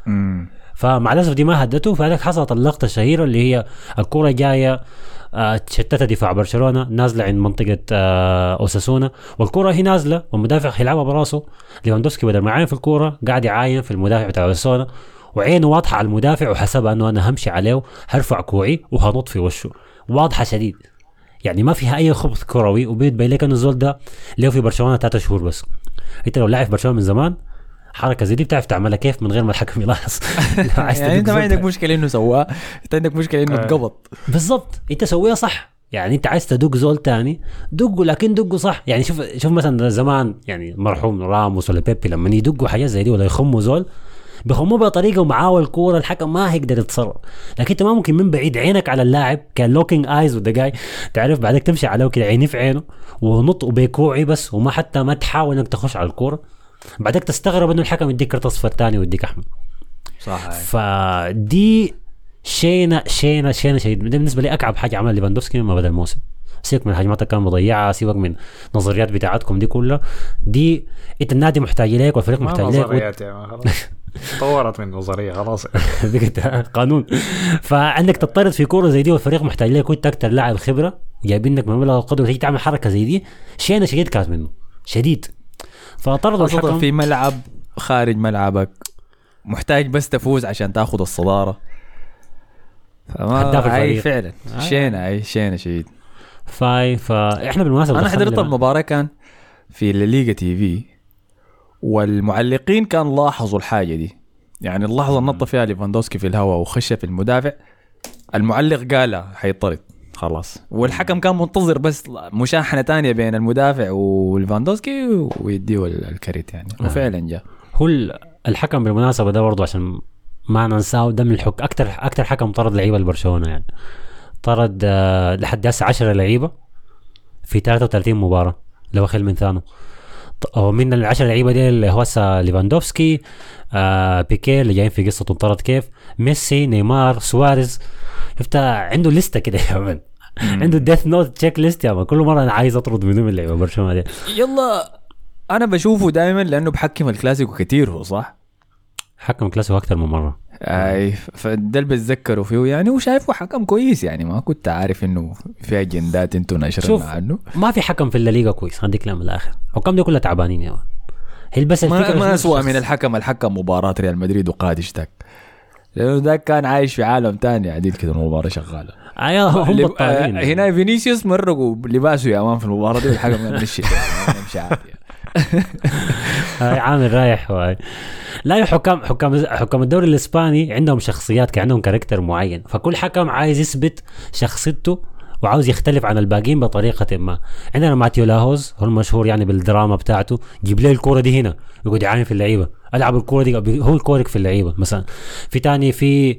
B: فمع الاسف دي ما هدته. فهذاك حصلت اللقطه الشهيره اللي هي الكوره جايه تشتت دفاع برشلونه نازله عند منطقه اوساسونا، والكوره هي نازله والمدافع هيلعبها براسه. ليفاندوفسكي بدل ما يعاين في الكوره قاعد يعاين في المدافع بتاع اوساسونا، وعينه واضحه على المدافع وحسبها انه انا همشي عليه هرفع كوعي وهنط في وشه، واضحه شديد يعني ما فيها اي خبط كروي. وبيتبين لك انه الزول ده له في برشلونه 3 شهور بس. انت لو لاعب في برشلونه من زمان حركه زي دي بتعرف تعملها كيف من غير ما الحكم يلاحظ.
A: يعني انت ما عندك مشكله انه سواه، انت عندك مشكله انه اتقبض.
B: بالضبط، انت سويها صح. يعني انت عايز تدق زول تاني دقه، لكن دقه صح. يعني شوف مثلا زمان يعني مرحوم راموس ولا بيبي لما يدقوا حاجات زي دي ولا يخموا زول بيخموه بطريقه ومعاه الكوره الحكم ما هيقدر يتصرف. لكن انت ما ممكن من بعيد عينك على اللاعب كان لوكينج ايز وذا جاي، تعرف بعدك تمشي عليه كده عيني في عينه ونط بكوعي بس، وما حتى ما تحاول انك تخش على الكوره. بعدك تستغرب انه الحكم يديك كرت اصفر ثاني ويديك احمر.
A: صح.
B: فدي شينه شديد. بالنسبه لي اكعب حاجه عملها ليفاندوفسكي ما بدا الموسم. سيبك من الهجمات اللي كان مضيعها، سيبك من نظريات بتاعتكم دي كلها، دي انت النادي محتاج لك والفريق محتاج لك.
C: طورت من نظريه خلاص
B: قانون. فعندك تضطرد في كوره زي دي والفريق محتاج لك وانت اكثر لاعب خبره جايبينك من مبلغ القدر وتيجي تعمل حركه زي دي. شينه شديد كانت منه شديد. فطردوا الحكم
A: في ملعب خارج ملعبك، محتاج بس تفوز عشان تاخذ الصداره. هاي فعلا شينه شديد.
B: فاحنا بالمناسبه
A: انا حضرت المباراه كان في الليغا تي في، والمعلقين كان لاحظوا الحاجه دي. يعني اللحظه النطه فيها ليفاندوفسكي في الهواء وخش في المدافع، المعلق قال حيطرد خلاص، والحكم كان منتظر بس مشاحنه تانية بين المدافع وليفاندوفسكي ويديه الكريت يعني. وفعلا جاء
B: هو الحكم بالمناسبه ده برضه عشان ما ننساه، ده من اكثر حكم طرد لعيبه لبرشلونه يعني. طرد لحد هسه 10 لعيبه في 33 مباراه لو اخل من ثانو. ومن ال10 لعيبه دي اللي هو هسه ليفاندوفسكي، بيكي اللي جايين في قصه طرد كيف، ميسي، نيمار، سواريز. شفت عنده لسته كده يا مان، عنده ديث نوت تشيك ليست يا مان. كل مره انا عايز اطرد منهم اللعيبه برشلونه دي.
A: يلا انا بشوفه دائما لانه بحكم الكلاسيكو كتير، هو صح
B: حكم كلاسيكو اكثر من مره.
A: اي فده اللي بتذكره فيه يعني، وشايفه حكم كويس يعني. ما كنت عارف انه في اجندات انتوا ناشرين عنه.
B: ما في حكم في الليغا كويس، هديك لهم الاخر. حكام دي كلها تعبانين يا مان. هي بس
A: ما اسوأ من الحكم مباراة ريال مدريد وقادش داك، لانه ذاك كان عايش في عالم تاني عديل كده، المباراة شغالة.
B: هم بطالين
A: هنا فينيسيوس مرقوا لباسه يا مان في المباراة دي، والحكم قال مشي مش عادي.
B: هاي عامل رايح واي. لا حكام الدوري الاسباني عندهم شخصيات، كان عندهم كاركتر معين، فكل حكم عايز يثبت شخصيته وعاوز يختلف عن الباقيين بطريقه ما. عندنا ماتيو لاهوز هو المشهور يعني بالدراما بتاعته، جيب لي الكوره دي هنا يقعد يعاني في اللعيبه، العب الكوره دي، هو الكورك في اللعيبه مثلا. في تاني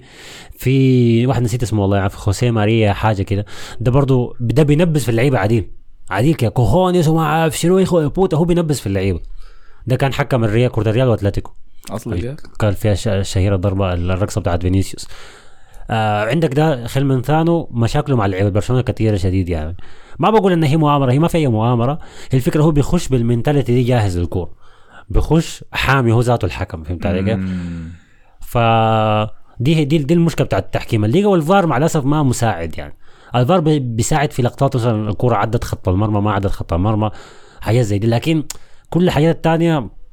B: في واحد نسيت اسمه والله، يعرف خوسيه ماريا حاجه كده، ده برضو ده بينبس في اللعيبه عديل يا كوهونيس وما عارف شنو يخو بوتا، هو بينبس في اللعيبه. ده كان حكم الريال، كره الريال واتلتيكو
A: اصلا
B: كان فيها شهيره ضربه الرقصه بتاعت فينيسيوس. عندك ده خل من ثانو مشاكله مع لعيبه برشلونه كثيره شديد يعني. ما بقول ان هي مؤامره، هي ما فيها مؤامره، هي الفكره هو بيخش بالمنتاليتي دي جاهز للكوره، بيخش حامي هو ذاته الحكم، فهمت علي؟ دي المشكله بتاعت التحكيم. الليغا والفار مع الاسف ما مساعد يعني. الفار بيساعد في لقطات مثلا الكوره عدت خط المرمى ما عدت خط المرمى، حاجات زي دي، لكن كل الحاجات الثانيه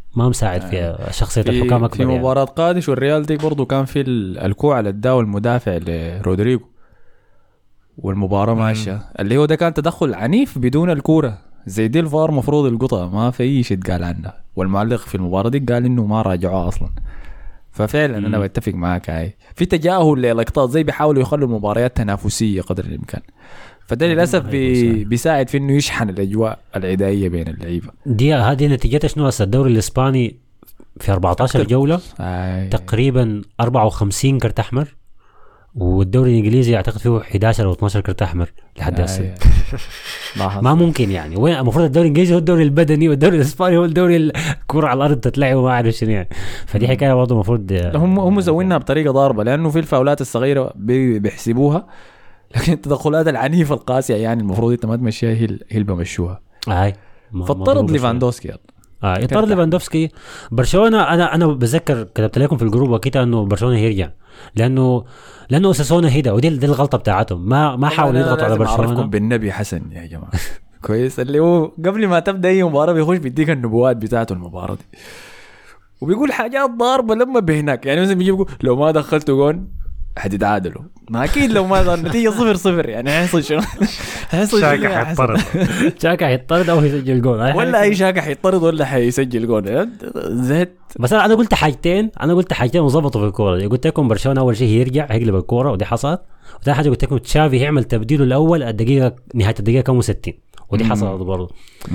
B: ما مساعد في شخصيه الحكام اكبر.
A: في مباراه قادش والريال دي برضو كان في الكوع على الداو المدافع لرودريجو والمباراه ماشيه اللي هو ده كان تدخل عنيف بدون الكوره زي دي. الفار مفروض القطع ما في اي شيء قال عنها والمعلق في المباراه دي قال انه ما راجعوها اصلا. ففعلا انا بتفق معاك هاي في تجاهل للقطات زي بيحاولوا يخلوا المباريات تنافسيه قدر الامكان. فده للاسف بيساعد في انه يشحن الاجواء العدائيه بين اللعيبه.
B: دي هذه نتيجتها شنو هسه؟ الدوري الاسباني في 14 جوله تقريبا 54 كرت احمر والدوري الانجليزي اعتقد فيه 11 او 12 كرت احمر لحد هسه. ما ممكن يعني. وين المفروض الدوري الانجليزي هو الدوري البدني والدوري الاسباني هو الدوري الكره على الارض تتلعب وما اعرف شنو يعني. فدي حكايه برضه المفروض
A: هم مسوينها بطريقه ضاربه لانه في الفاولات الصغيره بيحسبوها لكن التدخلات العنيفه القاسيه يعني المفروض انت ما تمشيها هي اللي بمشوها. فاضطرد ليفاندوسكي
B: يطرد ليفاندوفسكي. برشلونه انا بتذكر كتبت لكم في الجروب وكده انه برشلونه هيرجع لانه اساسونا هيدا ودي الغلطه بتاعتهم. ما حاولوا يضغطوا على برشلونه.
A: اعرفكم بالنبي حسن يا جماعه كويس اللي هو قبل ما تبدا اي مباراه بيخش بيديك النبوات بتاعته المباراه دي وبيقول حاجات ضاربه لما بهناك. يعني مثلا بيجي يقول لو ما دخلتوا جون حتتعادلوا. ما اكيد لو ما النتيجه 0-0 يعني هيحصل شنو؟ هيحصل
C: شاكا حيطرد
B: شاكا حيطرد او يسجل جول
A: ولا اي شاكا حيطرد ولا حيسجل جول زهت.
B: بس انا قلت حاجتين وظبطوا في الكوره. قلت لكم برشلونه اول شيء هيرجع هيقلب الكوره ودي حصلت. وثاني حاجه قلت لكم تشافي هيعمل تبديله الاول الدقيقه نهايه الدقيقه كم 60 ودي حصلت برضه.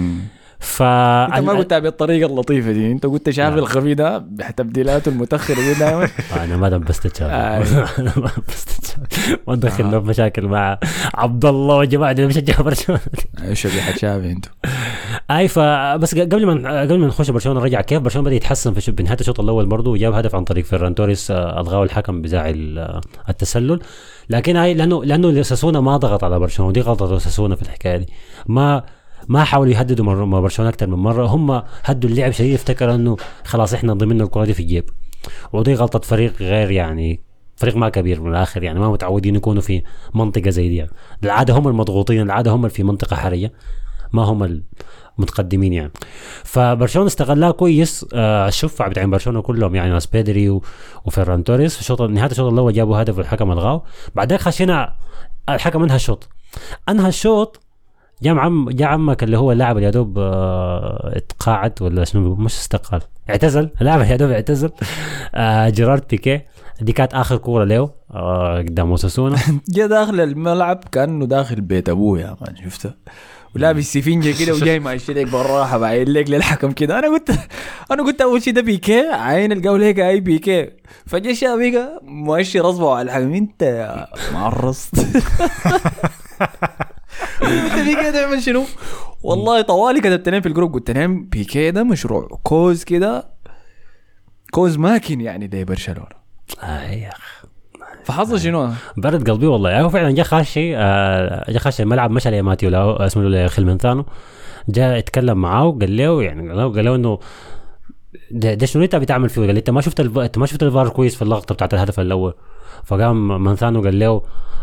A: انت ما قلتها بالطريقه اللطيفه دي. انت قلت شافي الخفي ده بتبديلاته المتاخره دي دائما.
B: انا ما دبست تشافي ما ندخل له مشاكل مع عبد الله وجماعه اللي بيشجعوا برشلونه.
A: ايش شبيحه شافي انتوا
B: فبس قبل ما نخش برشلونه رجع كيف برشلونه بدا يتحسن في بنهايه الشوط الاول برضه وجاب هدف عن طريق فيران توريس الغاه الحكم بزاع التسلل. لكن هاي لانه ساسونا ما ضغط على برشلونه ودي غلطه ساسونا في الحكايه دي. ما حاولوا يهددوا مع برشلونه اكثر من مره. هم هدوا اللعب شديد افتكر انه خلاص احنا ضمننا الكره دي في الجيب ودي غلطه فريق غير يعني فريق ما كبير من الاخر يعني ما متعودين يكونوا في منطقه زي دي. العاده هم المضغوطين العاده هم في منطقه حرجه ما هم المتقدمين يعني. فبرشلونه استغلها كويس. الشفع بتاع برشلونه كلهم يعني ناس بيدري وفيران توريس في نهايه الشوط الاول جابوا هدف والحكم الغاه. بعدين خشينا الحكم انهى الشوط جاء عمك اللي هو اللاعب اللي يدوب اتقاعد ولا شنو مش استقال اعتزل. اللاعب اللي يدوب اعتزل جيرارد بيكيه. دي كانت اخر كوره له قدام اوساسونا.
A: جاء داخل الملعب كانه داخل بيت ابوه يا مان شفته ولابس سفنجه كده وجاي ماشي لك بالراحه بعين لك للحكم كده. انا قلت اول شيء ده بيكيه عين الجول هيك اي بيكيه. فجاه شابيكا مؤشر اصبعه على الحكم. انت يا معرصت انت بيكيه تعمل شنو؟ والله طوالي كتبتنين في الجروب قلت لهم بيكيه ده مشروع كوز كده كوز ماكن يعني ده برشلونه.
B: يا اخ
A: فحصل شنو؟
B: برد قلبي والله. هو فعلا جاء خاش الملعب مشى لي ماتيو لا اسمه له خلمنثانو جاء يتكلم معاه وقال له قال له انه ده شنو انت بتعمل فيه؟ قال لي انت ما شفت الفار كويس في اللقطه بتاعت الهدف الاول. فقام منثانو قال له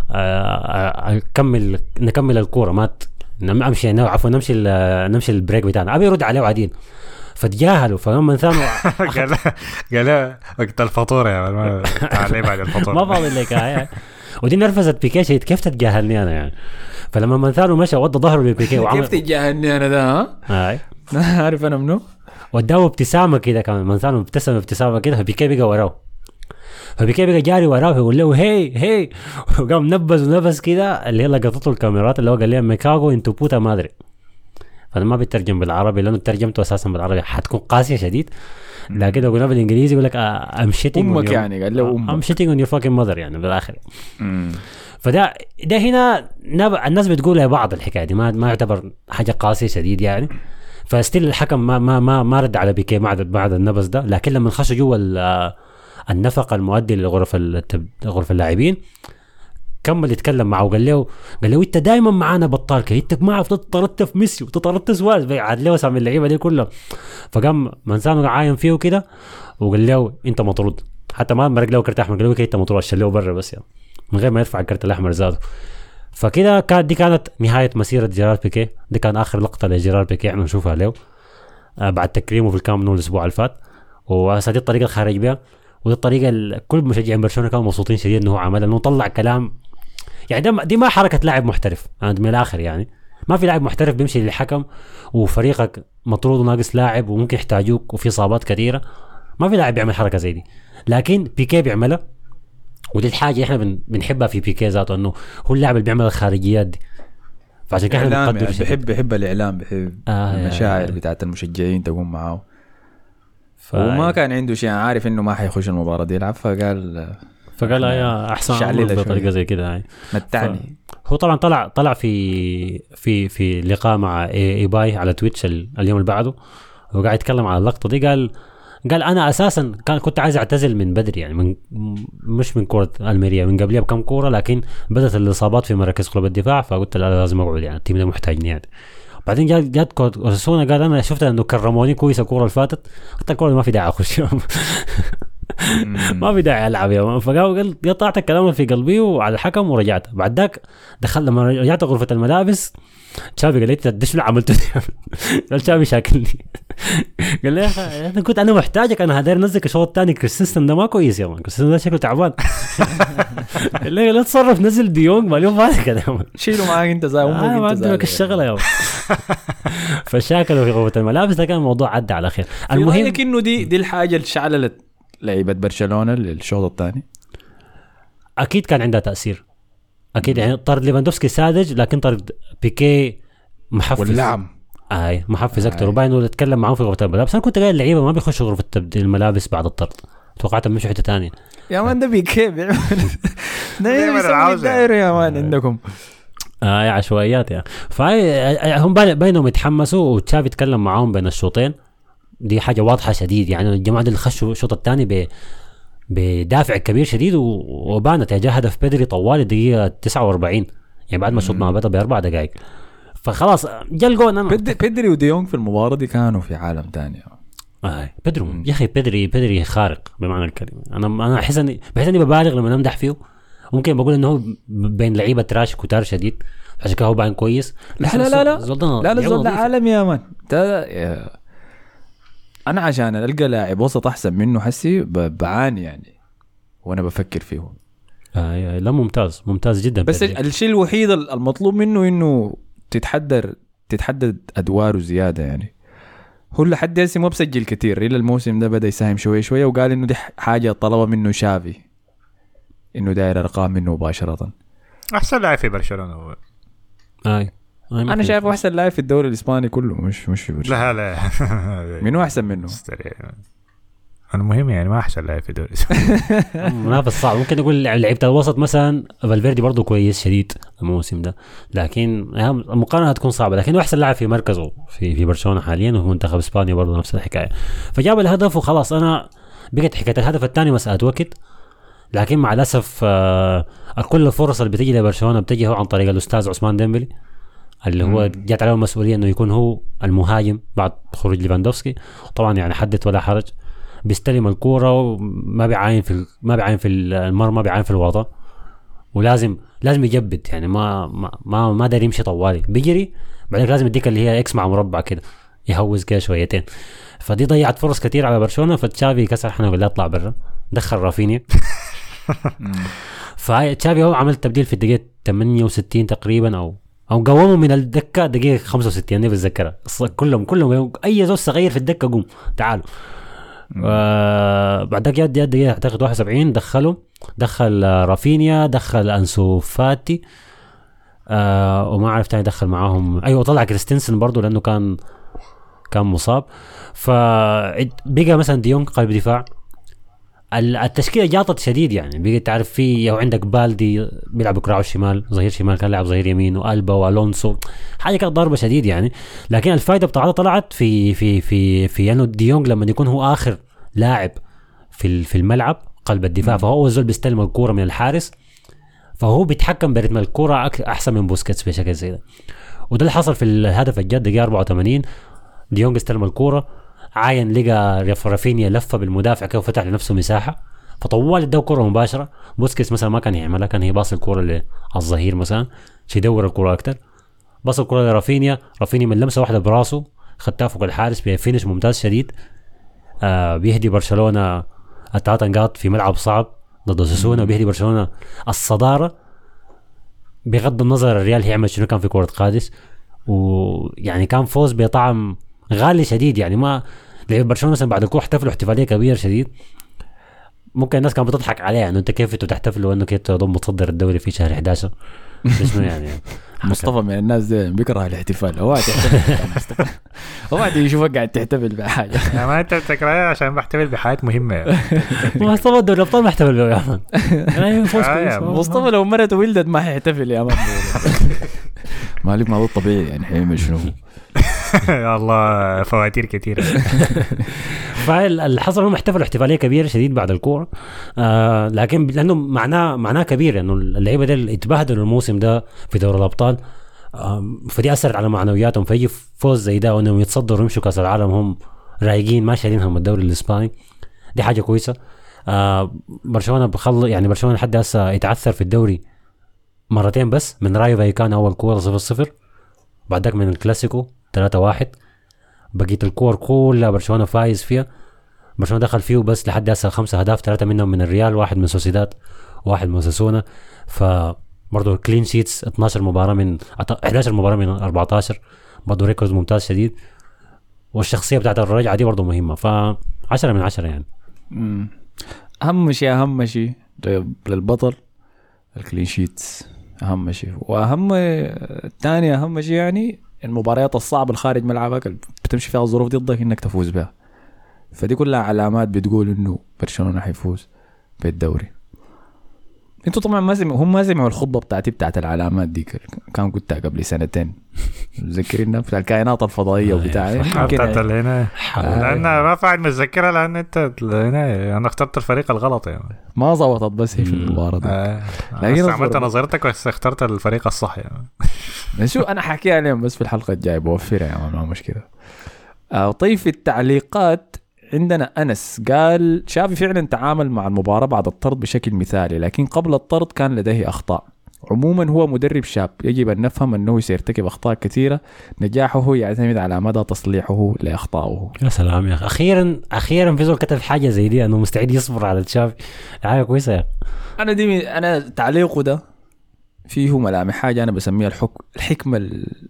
B: نكمل الكوره ما امشي يعني عفوا نمشي البريك بتاعنا. ابي يرد عليه عديل فتجاهلوا. فقام منثانو
C: قال وقت الفطور يا ما تعالي بعد الفطور
B: ما فاضل لك ودي نرفزت بيكيه كيف تتجاهلني انا يعني. فلما منثانو مشى ودى ظهره لبيكيه
A: كيف تتجاهلني انا ده
B: هاي
A: عارف انا منو
B: وداه ابتسامه كده كمان. منثانو ابتسم ابتسامه كده فبيكيه بقى وراه. فبيكيه بقى جاري وراه يقول له هي وقام نبز كده اللي هي لقطته الكاميرات اللي هو قال لهم ميكاغو انتو بوتا ما ادري. فانا ما بيترجم بالعربي لانه ترجمته اساسا بالعربي حتكون قاسيه شديد. لكن لو قلنا بالانجليزي يقول لك
A: امك يعني قال له
B: امك شيتنج اون يور فاكينج ماذر يعني بالاخر. فده هنا الناس بتقول لبعض الحكايه دي ما يعتبر حاجه قاسيه شديد يعني. فستيل الحكم ما رد على بيكيه بعد النبز ده. لكن لما خش جوا النفق المؤدي لغرف اللاعبين كمل يتكلم معه وقال له انت دائما معانا بطال كده انت ما عرفت تطردت في ميسي وتطردت سواريز عاد له سامي اللعيبه دي كلها. فقام منسانو عاين فيه كده وقال له انت مطرود. حتى ما مرق له كرت احمر قال له انت مطرود شليه برا بس يعني من غير ما يرفع الكرت الاحمر زاده. فكده دي كانت نهايه مسيره جيرارد بيكيه. دي كان اخر لقطه لجيرارد بيكيه احنا نشوفها له. بعد تكريمه في الكامب نو الاسبوع اللي فات، وهذه الطريقه اللي خارج بها، ودي الطريقه كل مشجعين برشلونه كانوا مبسوطين شديد انه هو عملها، انه طلع كلام يعني دي ما حركه لاعب محترف من الاخر يعني. ما في لاعب محترف بيمشي للحكم وفريقك مطرود وناقص لاعب وممكن يحتاجوك وفي اصابات كثيره، ما في لاعب بيعمل حركه زي دي، لكن بيكي بيعملها، ودي الحاجه احنا بنحبها في بيكي ذاته، انه هو اللاعب اللي بيعمل الخارجيات دي، فعشان كده احنا بنقدر
A: يعني بحب الاعلام، بحب المشاعر بتاعت المشجعين تقوم معاه. وما كان عنده شيء، عارف انه ما حيخش المباراه دي يلعب، فقال
B: احسن بطريقه زي كده يعني
A: متعني.
B: هو طبعا طلع في لقاء مع ايباي على تويتش اليوم اللي بعده، وقاعد يتكلم على اللقطه دي. قال انا اساسا كنت عايز اعتزل من بدري يعني، مش من كره الميريا، من قبلها بكم كوره، لكن بدات الاصابات في مراكز قلوب الدفاع، فقلت لا لازم اقعد يعني، التيم ده محتاجني يعني. بعدين جات اوساسونا قال انا شفت انه كرموني كويسه الكوره اللي فاتت، قلت الكوره ما في داعي اخش ما في داعي العب يا مان. فقال قطعت الكلام في قلبي وعلى الحكم ورجعت. بعد ذاك لما رجعت غرفه الملابس تشافي قال لي تدش له عملت قال تشافي شاكلني قال لي انا كنت انا محتاجك، انا هدير نزلك الشوط الثاني، كريستنسن ده ما كويس يا مان، كريستنسن ده شكله تعبان قال لي لا تصرف نزل ديونج ما اليوم فاضي كده
A: شيله معاك انت زي امك
B: ما عندك الشغله يا مان. فشاكلوا في غرفه الملابس، ده كان الموضوع عدى على خير.
A: المهم انه دي الحاجه اللي شعلت لعيبه برشلونه للشوط الثاني،
B: اكيد كان عندها تاثير اكيد يعني. طرد ليفاندوفسكي ساذج، لكن طرد بيكي محفز
A: واللعم
B: محفز اكثر، وباين انه يتكلم معهم في غرفه الملابس. انا كنت قايل اللعيبه ما بيخشوا غرفه تبديل الملابس بعد الطرد، توقعت مش حته ثانيه
A: يا مان. ده بيكي بيعمل الدائره يا مان عندكم
B: عشوائيات يعني. فهم بينهم يتحمسوا، وتشافي يتكلم معاهم بين الشوطين، دي حاجه واضحه شديد يعني. الجماعه اللي خشوا الشوط الثاني بدافع كبير شديد، وبانت جاء هدف بدري طوال الدقيقه 49 يعني، بعد ما الشوط ما بدا ب4 دقائق، فخلاص جا الجون.
A: بدري وديونج في المباراه دي كانوا في عالم ثاني.
B: بدري يا اخي، بدري خارق بمعنى الكلمه. انا بحس اني ببالغ لما امدح فيه، ممكن بقول انه هو بين لعيبه تراش كتار شديد، عشان كده هو باين كويس.
A: لا الزول ده عالم يا مان. انا عشان القى لاعب وسط احسن منه حسي بعاني يعني وانا بفكر فيه.
B: لا ممتاز جدا.
A: بس الشيء الوحيد المطلوب منه انه تتحدد ادواره زياده يعني. هو لحد هسه ما بسجل كتير، الى الموسم ده بدا يساهم شويه، وقال انه دي حاجه طلبها منه شافي، انه داير ارقام منه مباشره.
C: احسن لاعب في برشلونه هو.
A: انا شايفه احسن لاعب في الدوري الاسباني كله، مش في برشلونه.
C: لا
A: منو احسن منه؟
C: المهم يعني ما احسن لاعب في الدوري الاسباني.
B: منافس صعب. ممكن نقول لعيبه الوسط مثلا فالفيردي برضو كويس شديد الموسم ده، لكن المقارنه هتكون صعبه. لكن هو احسن لاعب في مركزه في برشلونه حاليا، وهو منتخب اسبانيا برضو نفس الحكايه. فجاب الهدف وخلاص. انا بقت حكايه الهدف الثاني مساله وقت، لكن مع الاسف كل الفرص اللي بتجي لبرشلونه بتجي هو عن طريق الاستاذ عثمان ديمبلي، اللي هو جات عليه المسؤوليه انه يكون هو المهاجم بعد خروج ليفاندوفسكي. طبعا يعني حدث ولا حرج، بيستلم الكوره وما بيعاين في المرمى، بيعاين في الوسط، ولازم يجبد يعني، ما داري يمشي طوالي، بيجري بعدين لازم يديك اللي هي اكس مع مربع كده، يهوز كده شويتين. فدي ضيعت فرص كتير على برشلونه. فتشافي كسر حنا ولا اطلع برا، دخل رافينيا. فتشافي هو عمل تبديل في الدقيقه 68 تقريبا، او قوموا من الدكه دقيقه 65 انا بتذكرها. كلهم اي زول صغير في الدكه قوم تعالوا. بعدك يد دقيقه اعتقد 71 دخل رافينيا، دخل انسو فاتي، وما عرفت تاني دخل معاهم. ايوه طلع كريستنسن برضو لانه كان مصاب. فبقى مثلا ديونج قلب دفاع. التشكيله جاطت شديد يعني، بقيت تعرف في عندك بالدي بيلعب كراعه الشمال، ظهير شمال كان لاعب ظهير يمين، والبا والونسو، حاجه كانت ضربه شديد يعني. لكن الفائده بتاعتها طلعت في انه ديونج لما يكون هو اخر لاعب في الملعب قلب الدفاع، فهو الزول بيستلم الكوره من الحارس، فهو بيتحكم برتم الكوره احسن من بوسكيتس بشكل زي ده. وده اللي حصل في الهدف الجد دقيقه 84. ديونج استلم الكوره، عاين لقى رافينيا لفه بالمدافع كده وفتح لنفسه مساحه، فطوال اداه كره مباشره. بوسكيتس مثلا ما كان يعملها، كان هي باص الكره للظهير مثلا شي يدور الكره اكتر، باص الكره لرافينيا. رافينيا من لمسه واحده براسه خدتها فوق الحارس بفينش ممتاز شديد. بيهدي برشلونة 3 نقاط في ملعب صعب ضد ساسونا، وبيهدي برشلونة الصدارة بغض النظر الريال هيعمل شنو كان في كرة قادس. ويعني كان فوز بطعم غالي شديد، يعني ما لعب برشلونة مثلا بعد الكورة احتفلوا احتفالية كبيرة شديد. ممكن الناس كانت بتضحك عليها انه انت كيف انتوا تحتفلوا انه كيف تضم متصدر الدوري في شهر 11 شنو يعني.
A: مصطفى من الناس دي بيكره الاحتفال. هو تحتفل هو يشوفك قاعد تحتفل بحاجه.
C: ما انت بتكرهها عشان بحتفل بحاجات مهمه يعني.
B: مصطفى دوري الابطال ما احتفل به يا مان.
A: مصطفى لو مرته ولدت ما حيحتفل يا مان. مالك ما هو طبيعي يعني حيعمل شنو.
C: يا الله فواتير كثيره.
B: فالحصل انهم احتفلوا احتفاليه كبيره شديد بعد الكوره. لكن لانه معناه كبير انه يعني اللعيبه دي اتبهدلوا الموسم ده في دوري الابطال. فدي اثرت على معنوياتهم، فيجي فوز زي ده وانهم يتصدروا ويمشوا كاس العالم هم رايقين ما شايلين هم الدوري الاسباني. دي حاجه كويسه. برشلونه يعني برشلونه لحد هسه يتعثر في الدوري مرتين بس، من رايو فايكان اول كوره 0-0، بعدك من الكلاسيكو 3-1. بقيت الكور كلها برشلونه فايز فيها. برشلونه دخل فيه بس لحد هسه 5 أهداف، 3 منهم من الريال، 1 من سوسيداد، 1 من ساسونا. فبرضه كلين شيتس 12 مباراه من 11 مباراه من 14، برضه ريكورد ممتاز شديد. والشخصيه بتاعت الرجعه دي برضه مهمه، ف10 من 10 يعني.
A: اهم شيء للبطل الكلين شيتس، اهم شيء. واهم الثاني اهم شيء يعني المباريات الصعبة الخارج ملعبك بتمشي فيها الظروف ضدك انك تفوز بها. فدي كلها علامات بتقول انه برشلونة حيفوز بالدوري. انتوا طبعا ما سمعوا الخطبة بتاعت العلامات دي، كان قلتها قبل 2 سنين. متذكرين بتاع الكائنات الفضائية وبتاعها
C: بتاعت العناية، لأن ما فعل متذكرها لأن انت العناية انا اخترت الفريق الغلط يعني
A: ما ضبطت بس هي في المباراة دي.
C: لكن عملت نظرتك واخترت الفريق الصح يعني.
A: شو انا حكي عليهم بس في الحلقة الجاية بوفرها يعني ما مشكلة. طيب في التعليقات عندنا أنس قال شافي فعلا تعامل مع المباراة بعد الطرد بشكل مثالي، لكن قبل الطرد كان لديه أخطاء. عموما هو مدرب شاب، يجب أن نفهم أنه سيرتكب أخطاء كثيرة، نجاحه يعتمد على مدى تصليحه لأخطائه.
B: يا سلام يا أخي، أخيرا في زول كتب حاجة زي دي أنه مستعد يصبر على تشافي. حاجة كويسة يا
A: أخي. أنا تعليقه ده فيه ملامح حاجة أنا بسميها الحكمة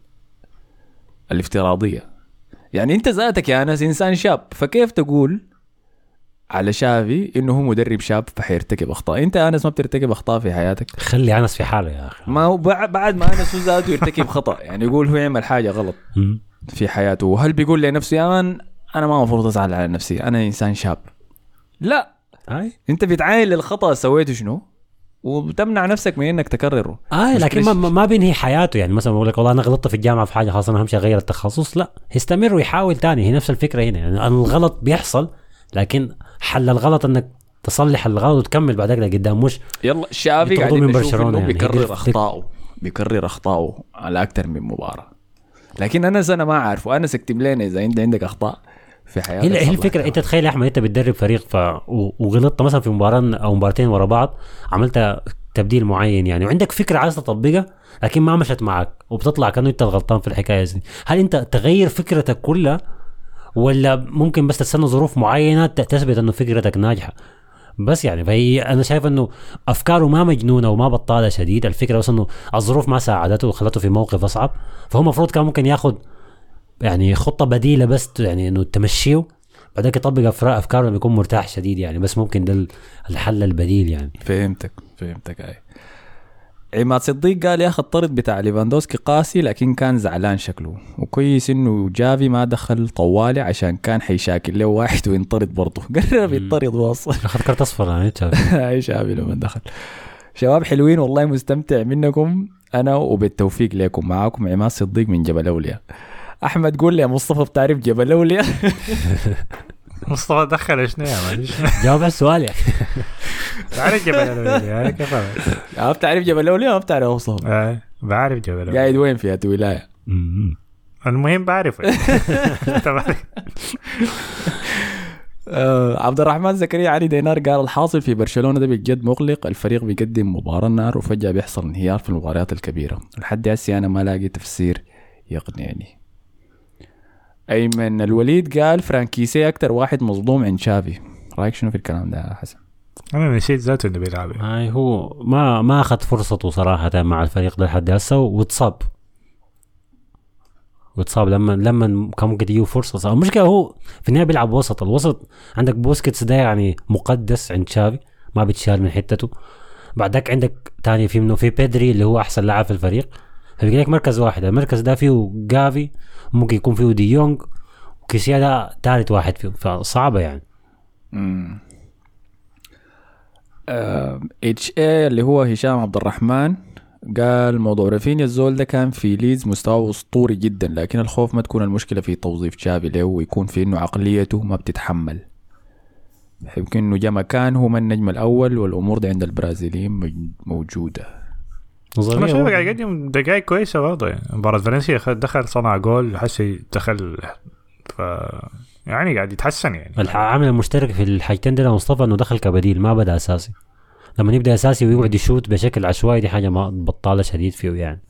A: الافتراضية. يعني انت ذاتك يا ناس انسان شاب، فكيف تقول على شافي انه هو مدرب شاب فحيرتكب اخطاء؟ انت انس ما بترتكب اخطاء في حياتك.
B: خلي انس في حاله يا اخي.
A: ما هو بعد ما انس ذاته يرتكب خطا يعني يقول هو يعمل حاجه غلط في حياته، وهل بيقول لنفسه يا مان انا ما المفروض ازعل على نفسي انا انسان شاب؟ لا، انت بتعاين للخطا سويته شنو وبتمنع نفسك من انك تكرره.
B: لكن ما بينهي حياته. يعني مثلا بقول لك والله انا غلطت في الجامعه في حاجه، خلاص انا همشي اغير التخصص. لا، يستمر ويحاول تاني. هي نفس الفكره هنا. يعني الغلط بيحصل، لكن حل الغلط انك تصلح الغلط وتكمل بعدك لقدام. مش
A: يلا شافي قاعدين نشوف انه
B: يعني
A: بيكرر اخطائه على اكثر من مباراه. لكن انا ما عارف، وانا اكتب لنا اذا انت عندك اخطاء في حياتك.
B: هي الفكره. انت تخيل يا احمد انت بتدرب فريق وغلطت مثلا في مباراه او مباراتين ورا بعض، عملت تبديل معين يعني، وعندك فكره عايز تطبقها لكن ما مشت معك، وبتطلع كانه انت الغلطان في الحكايه دي. هل انت تغير فكرتك كلها، ولا ممكن بس تستنى ظروف معينه تثبت انه فكرتك ناجحه بس؟ يعني فهي انا شايف انه افكاره ما مجنونه وما بطاله شديد. الفكره بس انه الظروف ما ساعدته وخلته في موقف اصعب، فهو المفروض كان ممكن ياخد يعني خطه بديله بس، يعني انه تمشيه بعدك يطبق افكاره لما يكون مرتاح شديد يعني. بس ممكن ده الحل البديل يعني.
A: فهمتك اي. عماد صديق قال يا اخي الطرد بتاع ليفاندوسكي قاسي، لكن كان زعلان شكله، وكويس انه جافي ما دخل طوالي عشان كان حيشاكل له واحد وينطرد برضه. قرب ينطرد واصل.
B: اخذ كرت اصفر يعني
A: اي شافي لما دخل. شباب حلوين والله، مستمتع منكم انا وبالتوفيق لكم. معاكم عماد صديق من جبل اولياء. احمد قول لي يا مصطفى بتعرف جبل اولياء؟
C: مصطفى دخل شنو يا معلش؟
B: جاوب على السؤال يا
C: بعرف جبل اولياء يعني كيف؟
A: بتعرف جبل اولياء؟ ما بتعرف مصطفى؟
C: بعرف جبل اولياء.
A: قاعد وين في ولايه؟
C: المهم بعرف.
A: عبد الرحمن زكريا علي دينار قال الحاصل في برشلونة ده بجد مقلق. الفريق بيقدم مباراة نار وفجأة بيحصل انهيار في المباريات الكبيرة. لحد هسه أنا ما لاقي تفسير يقنعني. ايمن الوليد قال فرانكيسي اكتر واحد مظلوم عند شافي. رايك شنو في الكلام ده يا حسن؟
C: انا نسيت ذاته انه بيلعب.
B: هو ما اخذ فرصته صراحه مع الفريق ده لحد هسه واتصاب لما كان ممكن يجيه فرصه. المشكله هو في النهايه بيلعب الوسط عندك بوسكيتس ده يعني مقدس عند شافي ما بيتشال من حتته. بعدك عندك تاني في منه في بيدري اللي هو احسن لاعب في الفريق. فبيجي لك مركز واحد، المركز ده فيه جافي ممكن يكون فيه دي يونغ وكيسيا ده ثالث واحد فيه، فصعبه يعني.
A: اتش اي اللي هو هشام عبد الرحمن قال موضوع رافينيا الزول ده كان في ليدز مستوى اسطوري جدا، لكن الخوف ما تكون المشكله في توظيف تشافي له ويكون في انه عقليته ما بتتحمل. يمكن انه جا مكان هو من النجم الاول والامور دي عند البرازيليين موجوده.
C: انا شايفه قاعد يقدم دقائق كويسه برضه يعني. مباراه فالنسيا دخل صنع جول حسي دخل يعني قاعد يتحسن يعني.
B: العامل المشترك في الحاجتين دي مصطفى انه دخل كبديل ما بدا اساسي. لما يبدا اساسي ويقعد يشوت بشكل عشوائي دي حاجه ما بطاله شديد فيه يعني.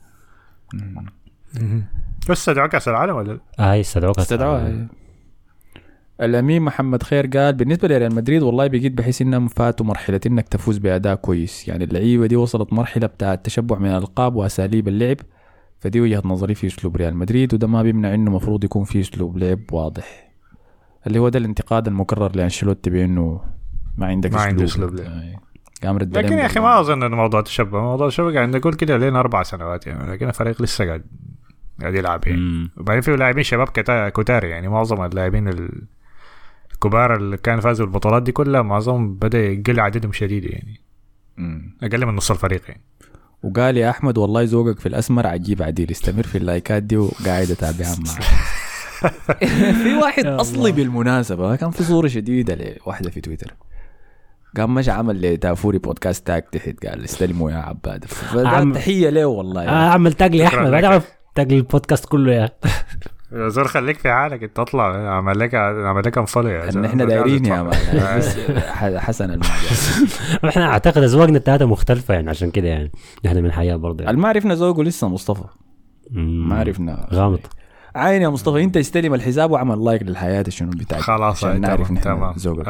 C: بس استدعوا كاس العالم ولا
A: استدعوا الامين محمد خير قال بالنسبه لريال مدريد والله بقيت بحس انهم فاتوا مرحله انك تفوز باداء كويس. يعني اللعيبه دي وصلت مرحله بتاع التشبع من الالقاب واساليب اللعب، فدي وجهه نظري في اسلوب ريال مدريد، وده ما بيمنع انه مفروض يكون في اسلوب لعب واضح، اللي هو ده الانتقاد المكرر لانشيلوتي بانه ما عنده اسلوب لعب.
C: لكن يا اخي ما اظن انه موضوع التشبع قاعد نقول كده لين 4 سنوات يعني، لكن الفريق لسه قاعد يلعب يعني. وبعدين في لاعبين شباب كتار يعني، معظم اللاعبين الكبار اللي كان فازوا البطولات دي كلها معظمهم بدا يقل عددهم شديد يعني. اقل من نص الفريق يعني.
A: وقال يا احمد والله ذوقك في الاسمر عجيب عديل، استمر في اللايكات دي وقاعد اتابعها معك. في واحد اصلي بالمناسبه كان في صوره شديده لواحده في تويتر قام مش عمل لتافوري بودكاست تاج تحت قال استلموا يا عباد، تحيه له والله.
B: عمل تاج لي احمد بعد عمل تاج البودكاست كله يا
C: زور. خليك في حالك انت تطلع عمل لك انفولو يا
A: ان احنا دايرين يا مان. حسن الماجد
B: احنا اعتقد ازواجنا الثلاثه مختلفه يعني، عشان كده يعني احنا من الحياه برضه يعني.
A: ما عرفنا زوجه لسه مصطفى، ما عرفنا
B: غامض.
A: عين يا مصطفى انت استلم الحساب وعمل لايك للحياه شنو بتاعك
C: خلاص
A: عشان نعرف نحن زوجك.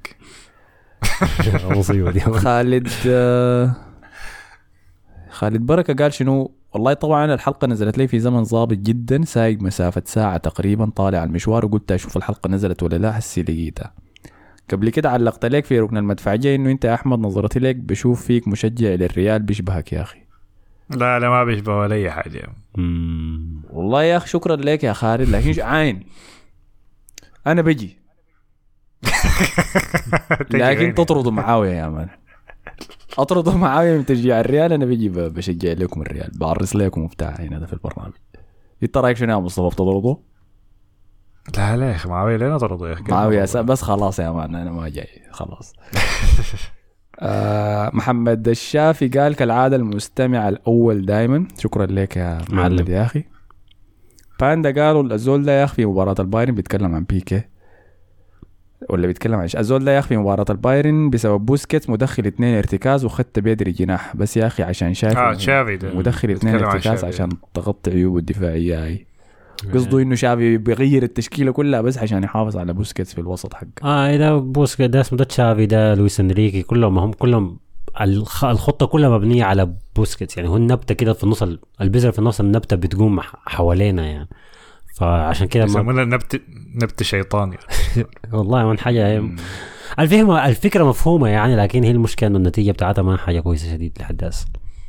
B: مصيبه دي.
A: خالد بركه قال شنو والله طبعا الحلقه نزلت لي في زمن ضابط جدا، سايق مسافه ساعه تقريبا طالع المشوار، وقلت اشوف الحلقه نزلت ولا لا، حسي لقيتها. قبل كده علقت لك في ركن المدفعيه انه انت يا احمد نظرتي لك بشوف فيك مشجع للريال بيشبهك يا اخي.
C: لا ما بيشبه ولا اي حاجه.
A: والله يا اخي شكرا لك يا خالد، لكن عين انا بجي لكن تطردوا معاويه يا مان، اطردوا معاويه من تشجيع الريال، انا بجي بشجع لكم الريال، بعرس لكم وبتاع هنا في البرنامج. انت رايك شنو يا مصطفى بتطردوا؟
C: لا يا اخي معاويه لين اطردوا يا اخي
A: معاويه بس خلاص يا مان انا ما جاي خلاص. محمد الشافي قال كالعاده المستمع الاول دائما، شكرا لك يا معلم يا اخي. باندا قالوا الزول ده يا اخي في مباراه البايرن بيتكلم عن بيكي ولا بيتكلم عن الزول ده يا اخي في مباراه البايرن بسبب بوسكيتس مدخل 2 ارتكاز وخدت بيدري جناح، بس يا اخي عشان شايف مدخل 2 ارتكاز عشان تغطي عيوبه الدفاعيه هاي. قصده انه شافي بيغير التشكيله كلها بس عشان يحافظ على بوسكيتس في الوسط حقه.
B: ده بوسكيتس ده اسمه ده تشافي ده لويس انريكي كلهم الخطه كلها مبنيه على بوسكيتس يعني. هو النبته كده في النص، البذره في النص، النبته بتقوم حوالينا يعني، فعشان كده
C: يسمونها نبت شيطاني.
B: والله من حاجه الفكره مفهومه يعني، لكن هي المشكله انه النتيجه بتاعتها ما حاجه كويسه شديد لحد هسه.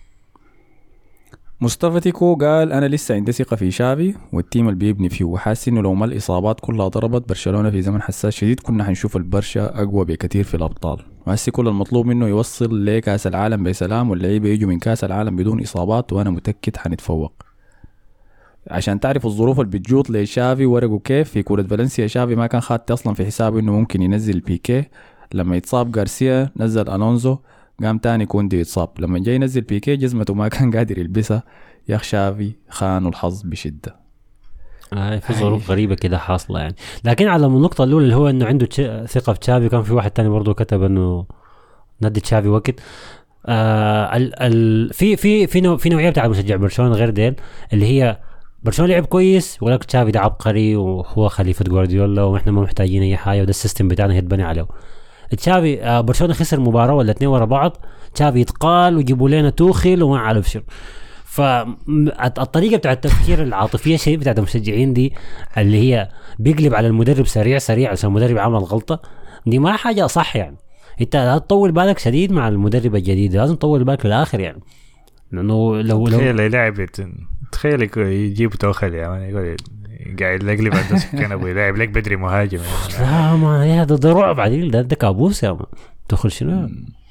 A: مصطفى تيكو قال انا لسه عندي ثقه في شافي والتيم اللي بيبني فيه، وحاسس انه لو ما الاصابات كلها ضربت برشلونه في زمن حساس شديد كنا حنشوف البرشا اقوى بكثير في الابطال، وهسه كل المطلوب منه يوصل لكاس العالم بسلام واللعيبه يجوا من كاس العالم بدون اصابات، وانا متاكد حنتفوق. عشان تعرف الظروف اللي بتجوط لشافي ورقه كيف في كورة فالنسيا، شافي ما كان خاطي اصلا في حسابه انه ممكن ينزل بيكي، لما يتصاب غارسيا نزل الونزو، قام تاني كوندي يتصاب، لما جاي ينزل بيكي جزمته ما كان قادر يلبسها. يا اخي شافي خانوا الحظ بشده.
B: في ظروف غريبه كده حاصله يعني. لكن على النقطه الاولى اللي هو انه عنده ثقه في تشافي، كان في واحد تاني برضه كتب انه ندي تشافي وقت. في نوعيه بتاع مشجع برشلونه غير ديل اللي هي برشلونه لعب كويس يقول لك تشافي ده عبقري وهو خليفه جوارديولا واحنا ما محتاجين اي حاجه وده السيستم بتاعنا هيتبني عليه. تشافي برشلونه خسر مباراه ولا 2 ورا بعض، تشافي يتقال ويجيبوا لنا توخيل وما عارف شو. فالطريقه بتاعت التفكير العاطفيه شيء بتاعت المشجعين دي اللي هي بيقلب على المدرب سريع عشان المدرب عمل غلطه، دي ما حاجه صح يعني. انت لا تطول بالك شديد مع المدرب الجديد، لازم تطول بالك للاخر يعني. لانه لو
C: تخيل يلعب، تخيل يجيب توخل يعني يقول قاعد يقلب عنده سكين ابو يلعب لك بدري مهاجم
B: لا ما هذا رعب عديل، ده كابوس يا ما تدخل شنو.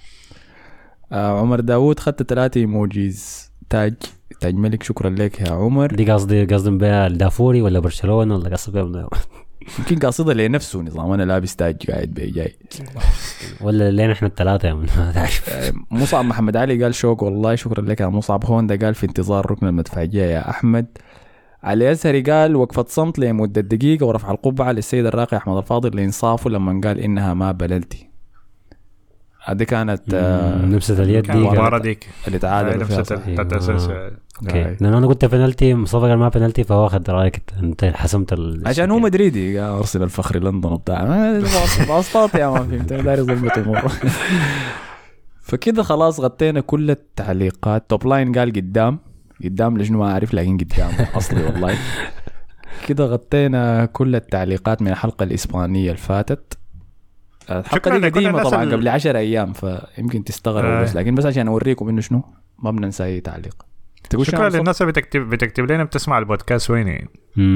A: عمر داوود خدت 3 ايموجيز تاج ملك، شكرا لك يا عمر.
B: دي قصدي بها الدافوري ولا برشلونه ولا قصدي بها
A: يمكن قاصده لنفسه نظام انا لابس تاج قاعد جاي
B: ولا لين احنا الثلاثه يا من
A: مصعب محمد علي قال شوق والله، شكرا لك يا مصعب. هوندا قال في انتظار ركن المدفعيه يا احمد. علي أزهري قال وقفة صمت لمدة دقيقة ورفع القبعة للسيد الراقي أحمد الفاضل لإنصافه لما قال إنها ما بللتي. هذه كانت
B: لبسة اليد دي
C: المباراة ديك
A: اللي تعادل فيها صح.
B: اوكي لأن أنا قلت بنالتي، مصطفى قال ما بنالتي فهو أخذ رأيك أنت حسمت
A: عشان هو مدريدي أرسل الفخري لندن بتاع واسطات يا ما فهمت داري ضبط أمور. فكده خلاص غطينا كل التعليقات. توب لاين قال قدام لجنه ما أعرف لكن قدام أصلي والله. كده غطينا كل التعليقات من الحلقة الإسبانية الفاتت. الحلقة دي قديمة طبعا قبل 10 أيام فيمكن تستغربوا بس لكن بس عشان أوريكم إنه شنو ما بننسى أي تعليق.
C: شكرا للناس اللي بتكتب لنا بتسمع البودكاست وين يعني.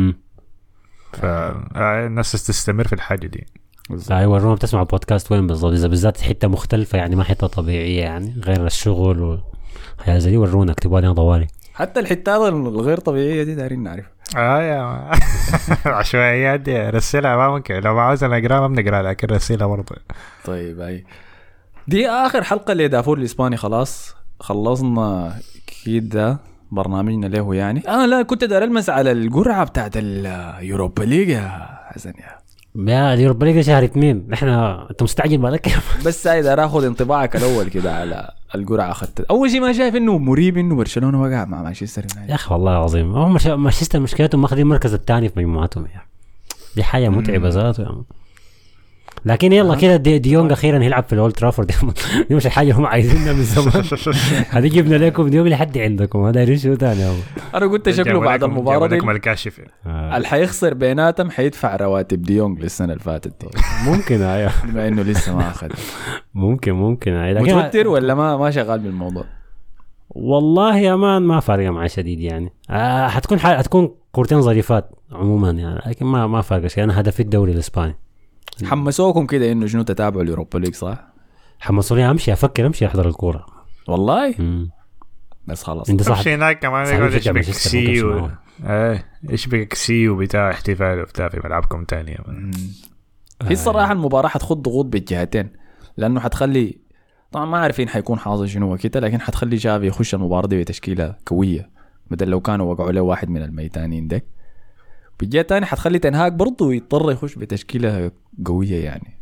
C: فالناس تستمر في الحاجة دي.
B: ورونا بتسمع البودكاست وين بالضبط، إذا بالذات حتة مختلفة يعني ما حتة طبيعية يعني غير الشغل وحياة زي دي ورونا اكتبوا لنا طوالي.
A: حتى الحتات الغير طبيعية دي دارين نعرف.
C: يا عشوائيات دي رسلها ما ممكن، لو ما عاوز نقرأ ما بنقرأ لكن رسلها برضه.
A: طيب أي دي آخر حلقة لدافور الإسباني، خلاص خلصنا كده برنامجنا له يعني. لا كنت دار المس على القرعة بتاعت اليوروبا ليج يا حسن
B: يا اليوروبا ليج شهر 2 احنا انت مستعجل بالك
A: بس إذا أخذ انطباعك الأول كده على القرعة أخذت أول شيء ما شايف إنه مريب إنه برشلونة وقع مع مانشستر
B: يا أخي والله العظيم هو مانشستر مشكلتهم ماخذين المركز الثاني في مجموعتهم يعني. دي حاجة متعبة ذاته يعني. لكن يلا كده ديونج اخيرا هيلعب في الاولد ترافورد. دي مش الحاجه هم عايزينها من زمان. هذه جبنا لكم ديونج لحد عندكم هذا ريشو ثاني.
A: انا قلت شكله بعد المباراه دي
C: الكاشف
A: اللي حيخسر بيناتهم حيدفع رواتب ديونج للسنه اللي فاتت.
B: ممكن
A: بما انه لسه ما اخذ.
B: ممكن
A: متوتر ولا ما شغال بالموضوع؟
B: والله يا مان ما فارقه معي شديد يعني. هتكون كورتين ظريفات عموما يعني لكن ما فارقه شيء. انا هدفي الدوري الاسباني.
A: حمسوكم كده انه شنو تتابعوا اليوروبا ليج صح؟
B: حمسوني امشي احضر الكوره
A: والله. بس خلاص
C: انت صح هناك كمان يقول ايش بكسي ايش بكسي وبتاع احتفال وبتاع في ملعبكم تاني.
A: هي الصراحه المباراه حتخد ضغوط بالجهتين لانه حتخلي طبعا ما عارفين حيكون حاضر شنو كده لكن حتخلي جافي يخش المباراه دي بتشكيله قويه بدل لو كانوا وقعوا له واحد من الميتانين ده. بالجهه الثانيه حتخلي تنهاك برضه يضطر يخش بتشكيله قويه يعني.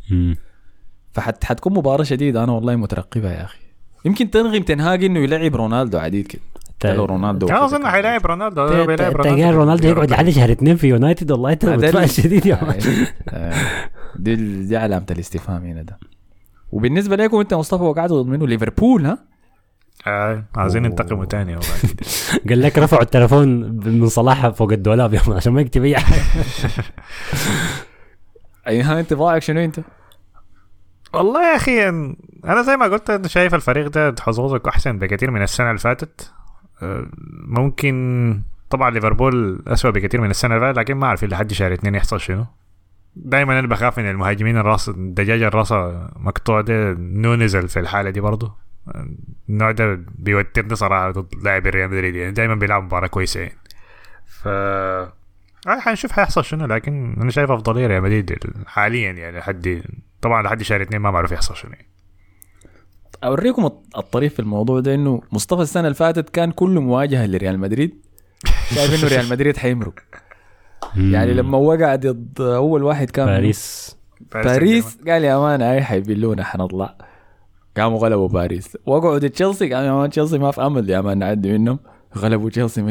A: حتكون مباراه شديده. انا والله مترقبها يا اخي. يمكن تنغم تنهاك انه يلعب رونالدو عديد كده. لو رونالدو
C: انا اظن حيلعب رونالدو.
B: بيلعب رونالدو يقعد لحد شهر 2 في يونايتد. والله انت بتفاجئ شديد يا مان.
A: دي علامه الاستفهام هنا ده. وبالنسبه لكم انت مصطفى وقعتوا ضد منه ليفربول ها؟
C: عايزين ننتقموا تاني.
B: قال لك رفعوا التلفون من صلاح فوق الدولاب عشان ما يكتب اي حاجه.
A: ايها انطباعك شنو انت؟
C: والله يا اخي انا زي ما قلت انا شايف الفريق ده حظوظه احسن بكثير من السنه اللي فاتت. ممكن طبعا ليفربول اسوأ بكثير من السنه اللي فاتت لكن ما اعرف لحد شهر 2 يحصل شنو. دايما انا بخاف من المهاجمين الراس الدجاجه الراسه مقطوع ده نو نزل في الحاله دي برضه. النوع ده بيوترني صراحه ضد لاعب ريال مدريد يعني دايما بيلعب مباراه كويسه يعني. حنشوف حيحصل شنو لكن انا شايف افضليه ريال مدريد حاليا يعني لحد شهر 2 ما معروف يحصل شنو يعني.
A: اوريكم الطريف في الموضوع ده انه مصطفى السنه اللي فاتت كان كل مواجهه لريال مدريد شايف انه ريال مدريد حيمرق. يعني لما وقع ضد اول واحد كان باريس قال يا مان هاي حيبلونا حنطلع. قاموا غلبوا باريس. وقعوا ضد تشيلسي قام يا مان تشيلسي ما في امل يا مان نعدي منهم. غلبوا تشيلسي مشوا.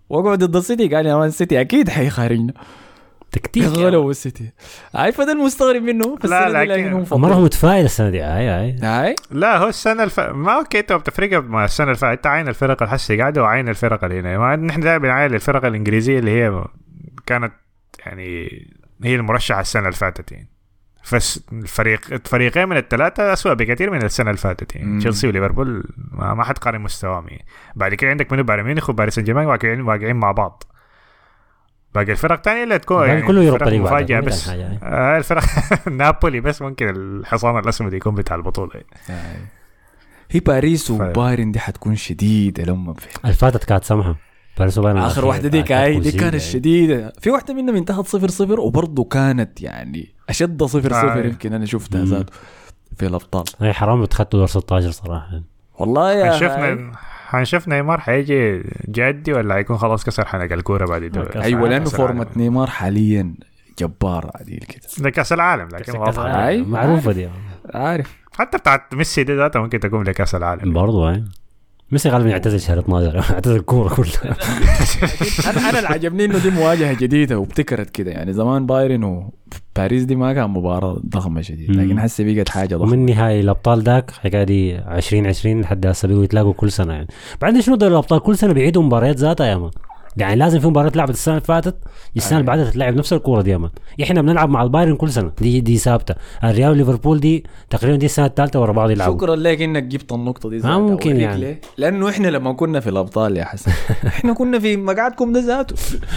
A: وقعد ضد السيتي قال يا مان السيتي اكيد حيخارجنا
B: تكتيك
A: غلوا السيتي. هاي فده المستغرب منه في
C: لا،
A: السنه دي
C: لكن
A: لكنهم
B: مرة متفائل السنة دي.
A: هاي
C: لا هو السنه ما اوكي انت بتفرق مع السنه اللي فاتت. انت عين الفرق الحسي قاعده وعين الفرق اللي هنا. ما نحن دائما بنعاين الفرق الانجليزيه اللي هي كانت يعني هي المرشحه السنه اللي فاتت يعني. الفريقين من الثلاثه اسوأ بكثير من السنه اللي فاتت يعني. تشيلسي وليفربول ما حد قارن مستواهم يعني. بعد كده عندك منو بايرن ميونخ وباريس سان جيرمان واقعين مع بعض. باقي الفرق الثانيه اللي تكون يعني
B: كله يوروبا ليج
C: مفاجاه بس الفرق نابولي بس ممكن الحصان الاسود يكون بتاع البطوله يعني.
A: هي باريس وبايرن دي حتكون شديده لما فيها.
B: الفاتت كانت سمحه باريس وبايرن
A: اخر واحده دي كانت شديده. في واحده منهم انتهت 0-0 وبرضه كانت يعني اشد 0-0 يمكن انا شفتها ذاته في الابطال.
B: هي حرام بتخطوا دور 16 صراحه
A: والله يا
C: هنشوف نيمار حيجي جدي ولا هيكون خلاص كسر حنك الكوره بعد الدوري.
A: ايوه لانه فورمه نيمار حاليا جبار عديل كده.
C: ده كاس العالم لكن
B: معروفه دي
A: عارف.
C: حتى بتاعت ميسي دي ذاتها ممكن تكون لكاس العالم
B: برضه هاي. ميسي غالبا يعتزل شهر 12 يعتزل الكوره كلها.
A: انا اللي عجبني انه دي مواجهه جديده وابتكرت كده يعني. زمان بايرن وباريس دي ما كان مباراه ضخمه شديد لكن هسه بقت حاجه ضخمه.
B: ومن نهايه الابطال داك حكايه دي 2020 لحد هسه بيجوا يتلاقوا كل سنه يعني. بعدين شنو دوري الابطال كل سنه بيعيدوا مباريات ذاتها يا مان. يعني لازم في مباراه لعبت السنه اللي فاتت السنه اللي بعدها تتلعب نفس الكوره دي يا مان. احنا بنلعب مع البايرن كل سنه دي ثابته. الريال وليفربول دي تقريبا دي السنه الثالثه ورا بعض يلعبوا.
A: شكرا لك انك جبت النقطه دي.
B: ممكن يعني
A: ليه؟ لانه احنا لما كنا في الابطال يا حسن احنا كنا في مقعدكم ده ذاته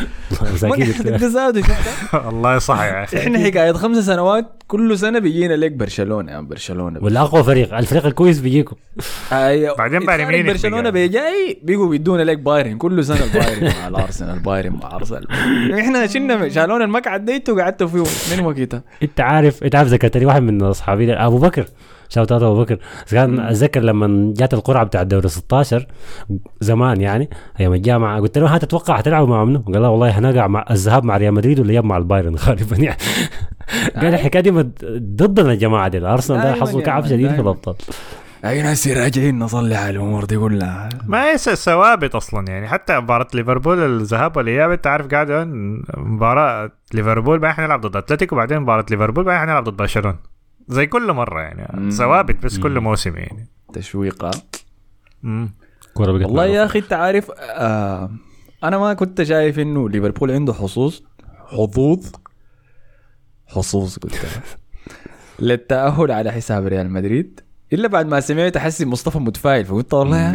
C: الله يصح يا اخي.
A: احنا حكايه 5 سنوات كل سنه بيجينا لك برشلونه يعني. برشلونه
B: ولا اقوى فريق الفريق الكويس بيجيكم.
A: ايوه
C: بعدين بايرن
A: برشلونه بيجي بيجوا بيدونا لك بايرن كل سنه. البايرن مع الارسنال بايرن مع ارسنال. احنا شالونا المقعد ده انتوا قعدتوا فيه من وقتها.
B: انت عارف ذكرتني واحد من اصحابي ابو بكر شاوت ابو بكر كان اتذكر لما جات القرعه بتاع الدوري 16 زمان يعني ايام الجامعه قلت له هتتوقع هتلعبوا مع منو؟ قال لا والله هنقع مع الذهاب مع ريال مدريد والاياب مع البايرن غالبا يعني. قال الحكايه دي ضدنا الجماعه دي. الارسنال ده حصل كعب شديد في الابطال.
A: اي ناس راجعين نصلي على الامور دي كلها.
C: ما هي ثوابت اصلا يعني. حتى مباراه ليفربول الذهاب والاياب انت عارف قاعد مباراه ليفربول بقى احنا نلعب ضد اتلتيكو وبعدين مباراه ليفربول بقى احنا نلعب ضد برشلونه زي كل مره يعني. ثوابت بس كل موسم يعني
A: تشويقه.
B: والله
A: يا اخي انت عارف انا ما كنت شايف انه ليفربول عنده حظوظ قلت للتأهل على حساب ريال مدريد إلا بعد ما سمعت أحس مصطفى متفائل فقلت والله يعني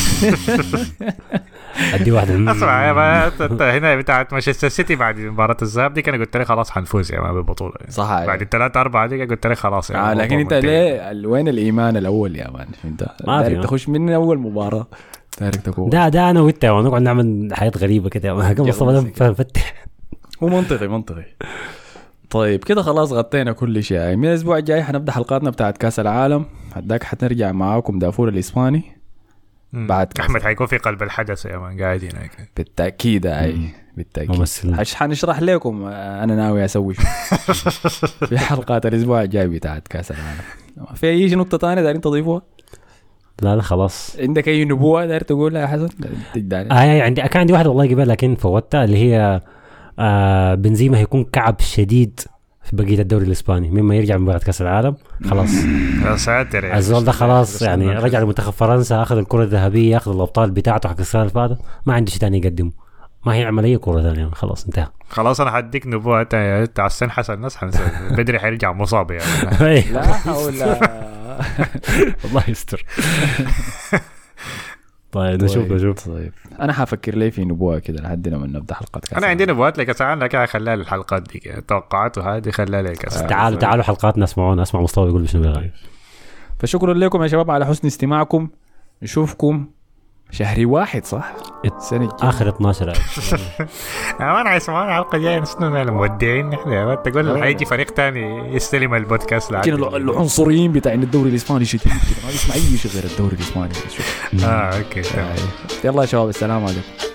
B: أدي واحدة
C: أسمع يا ما أنت هنا بتاعت مانشستر سيتي بعد مباراة الذهاب دي كان قلت لي خلاص حنفوز يا ما بالبطولة
A: صح
C: بعد 3-4 دي قلت لي خلاص
A: يا لكن أنت ليه وين الإيمان الأول يا مان أنت دارك تخش من أول مباراة دارك تكون
B: ده أنا وأنت ونقعد نعمل حياة غريبة كده يا مان مصطفى ده فتح
A: هو منطقي. طيب كده خلاص غطينا كل شيء. من الأسبوع الجاي حنبدأ حلقاتنا بتاعت كأس العالم. هداك حنرجع معاكم دافور الإسباني
C: بعد أحمد حيكون في قلب الحدث يا مان قاعد هناك
A: بالتأكيد. بالتأكيد حنشرح لكم أنا ناوي أسوي في حلقات الأسبوع الجاي بتاعت كأس العالم. في أي نقطة تانية دارين تضيفوها؟
B: لا خلاص.
A: عندك أي نبوة دار تقولها يا حسن؟
B: عندي كان عندي واحد والله قبل لكن فوتها اللي هي بنزيما هيكون كعب شديد في بقية الدوري الإسباني مما يرجع من بعد كأس العالم خلاص.
C: يا ساتر
B: الزول ده خلاص يعني رجع لمنتخب فرنسا أخذ الكرة الذهبية أخذ الأبطال بتاعته حق السنة اللي فاتت ما عنده شيء تاني يقدمه ما هي عملية كرة ثانية خلاص انتهى.
C: خلاص أنا حديك نبوة أنت على السن حسن الناس بدري حيرجع مصاب يعني.
A: لا حول
B: الله يستر. طيب نشوف.
A: طيب انا حافكر لي في نبوه كده لحد لما نبدا حلقات كاس.
C: انا عندي نبوات لك ساعه لك خلال الحلقات دي توقعات وهذه خلال لك
B: تعالوا حلقاتنا اسمعونا اسمع مصطفى يقول بشنو بيغني.
A: فشكرا لكم يا شباب على حسن استماعكم. نشوفكم شهر 1 صح
B: السنه اخر 12
C: انا حيسمعون الحلقه الجايه نحن مودعين نحن تقول حيجي فريق تاني يستلم البودكاست.
A: لكن العنصريين بتاع الدوري الاسباني شديد كده ما يسمع اي شيء غير الدوري الاسباني.
C: اوكي
A: يلا يا شباب السلام عليكم.